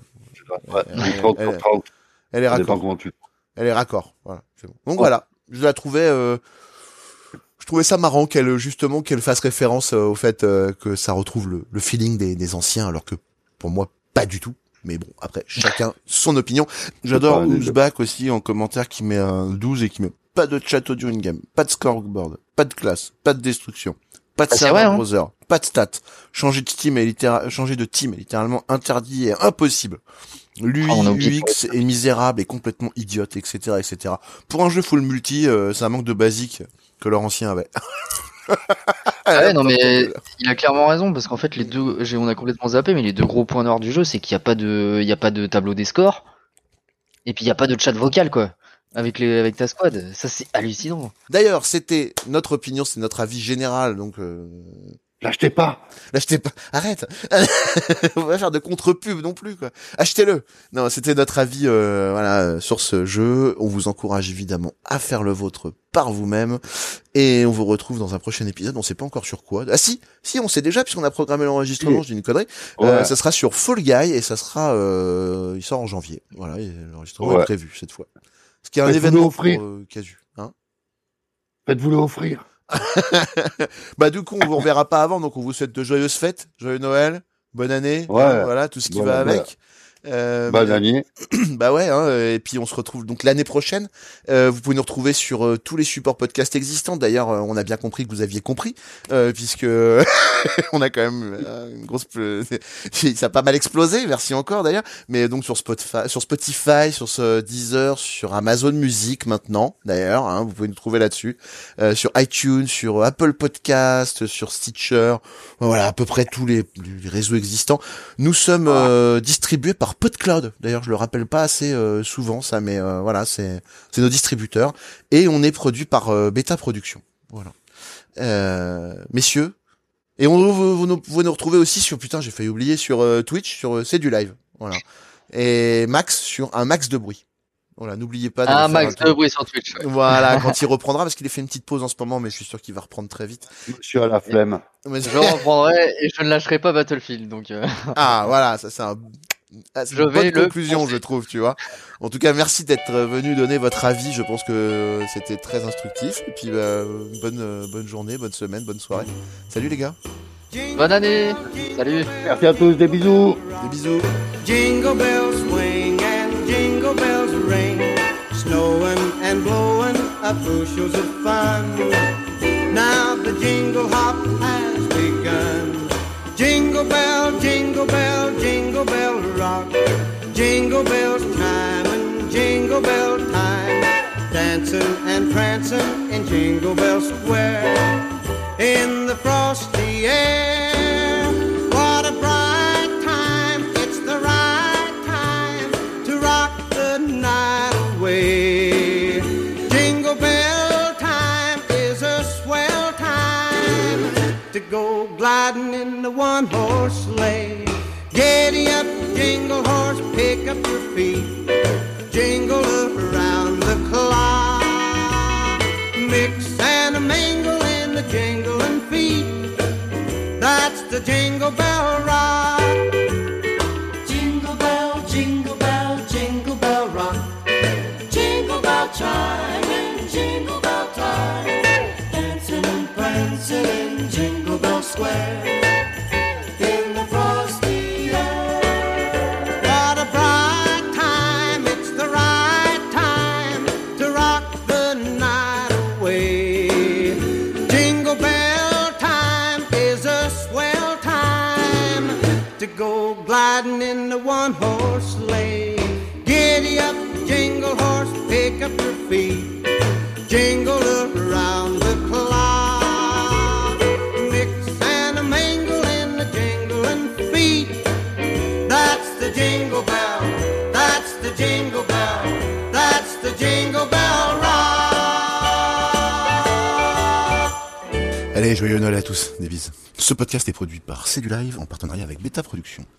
Elle est raccord. Elle est raccord, voilà, c'est bon. Donc voilà, je la trouvais je trouvais ça marrant qu'elle fasse référence au fait que ça retrouve le feeling des anciens, alors que pour moi pas du tout. Mais bon, après chacun son opinion. J'adore Ouzbak aussi en commentaire qui met un 12 et qui met pas de chat audio in-game, pas de scoreboard, pas de classe, pas de destruction, pas de serveur browser, pas de stats. Changer de team est littéralement interdit et impossible. L'UX est misérable et complètement idiote, etc., etc. Pour un jeu full multi, c'est un manque de basique que leur ancien avait. Ouais, non mais il a clairement raison parce qu'en fait on a complètement zappé, mais les deux gros points noirs du jeu, c'est qu'il y a pas de tableau des scores et puis il y a pas de chat vocal quoi avec ta squad. Ça c'est hallucinant. D'ailleurs, c'était notre opinion, c'est notre avis général, donc L'achetez pas. Arrête. On va faire de contre-pub non plus, quoi. Achetez-le. Non, c'était notre avis, sur ce jeu. On vous encourage évidemment à faire le vôtre par vous-même. Et on vous retrouve dans un prochain épisode. On sait pas encore sur quoi. Ah si, on sait déjà, puisqu'on a programmé l'enregistrement, je dis une connerie. Ouais. Ça sera sur Fall Guy et ça sera, il sort en janvier. Voilà, et l'enregistrement est prévu cette fois. Ce qui est un événement pour Casu. Hein. Faites-vous-le offrir. Bah du coup on vous reverra pas avant, donc on vous souhaite de joyeuses fêtes, joyeux Noël, bonne année, voilà tout ce qui va avec. Bonne année. Bah ouais, et puis on se retrouve donc l'année prochaine. Vous pouvez nous retrouver sur tous les supports podcast existants. D'ailleurs, on a bien compris que vous aviez compris, puisque on a quand même une grosse, ça a pas mal explosé, merci encore d'ailleurs. Mais donc sur Spotify, sur Deezer, sur Amazon Music maintenant. D'ailleurs, vous pouvez nous trouver là-dessus, sur iTunes, sur Apple Podcast, sur Stitcher. Voilà, à peu près tous les réseaux existants. Nous sommes distribués par PodCloud. D'ailleurs, je le rappelle pas assez souvent ça, mais voilà, c'est nos distributeurs et on est produit par Beta Productions. Voilà. Messieurs, et vous nous retrouver aussi sur j'ai failli oublier sur Twitch, sur C'est du live. Voilà. Et Max sur un max de bruit. Voilà, n'oubliez pas de Max de bruit sur Twitch. Ouais. Voilà, quand il reprendra, parce qu'il a fait une petite pause en ce moment, mais je suis sûr qu'il va reprendre très vite. Je suis à la flemme. Je reprendrai et je ne lâcherai pas Battlefield, donc. Ah voilà, ça c'est une bonne conclusion, je trouve, tu vois. En tout cas, merci d'être venu donner votre avis. Je pense que c'était très instructif. Et puis, bonne journée, bonne semaine, bonne soirée. Salut les gars. Bonne année. Salut. Merci à tous, des bisous. Des bisous. Jingle bells swing and jingle bells ring, snowing and blowing up bushels of fun. Now the jingle hop has begun. Jingle bell, jingle bell, jingle bell rock. Jingle bells time and jingle bell time. Dancing and prancing in Jingle Bell Square. In the frosty air, what a bright time. It's the right time to rock the night away. Jingle bell time is a swell time to go gliding in the one-horse sleigh. Giddy up, jingle horse, pick up your feet. Jingle around the clock. Mix and a mingle in the jingling feet. That's the Jingle Bell Rock. Jingle bell, jingle bell, jingle bell rock. Jingle bell chime and jingle bell time. Dancing and prancing in Jingle Bell Square. In the frosty air. What a bright time, it's the right time to rock the night away. Jingle bell time is a swell time to go gliding in the one-horse sleigh. Giddy up, jingle horse, pick up your feet. Jingle around the clock. Mix and a mingle in the jingling feet. That's the Jingle Bell, that's the Jingle Bell, that's the Jingle Bell Rock. Allez, joyeux Noël à tous, des bises. Ce podcast est produit par C'est du Live en partenariat avec Beta Productions.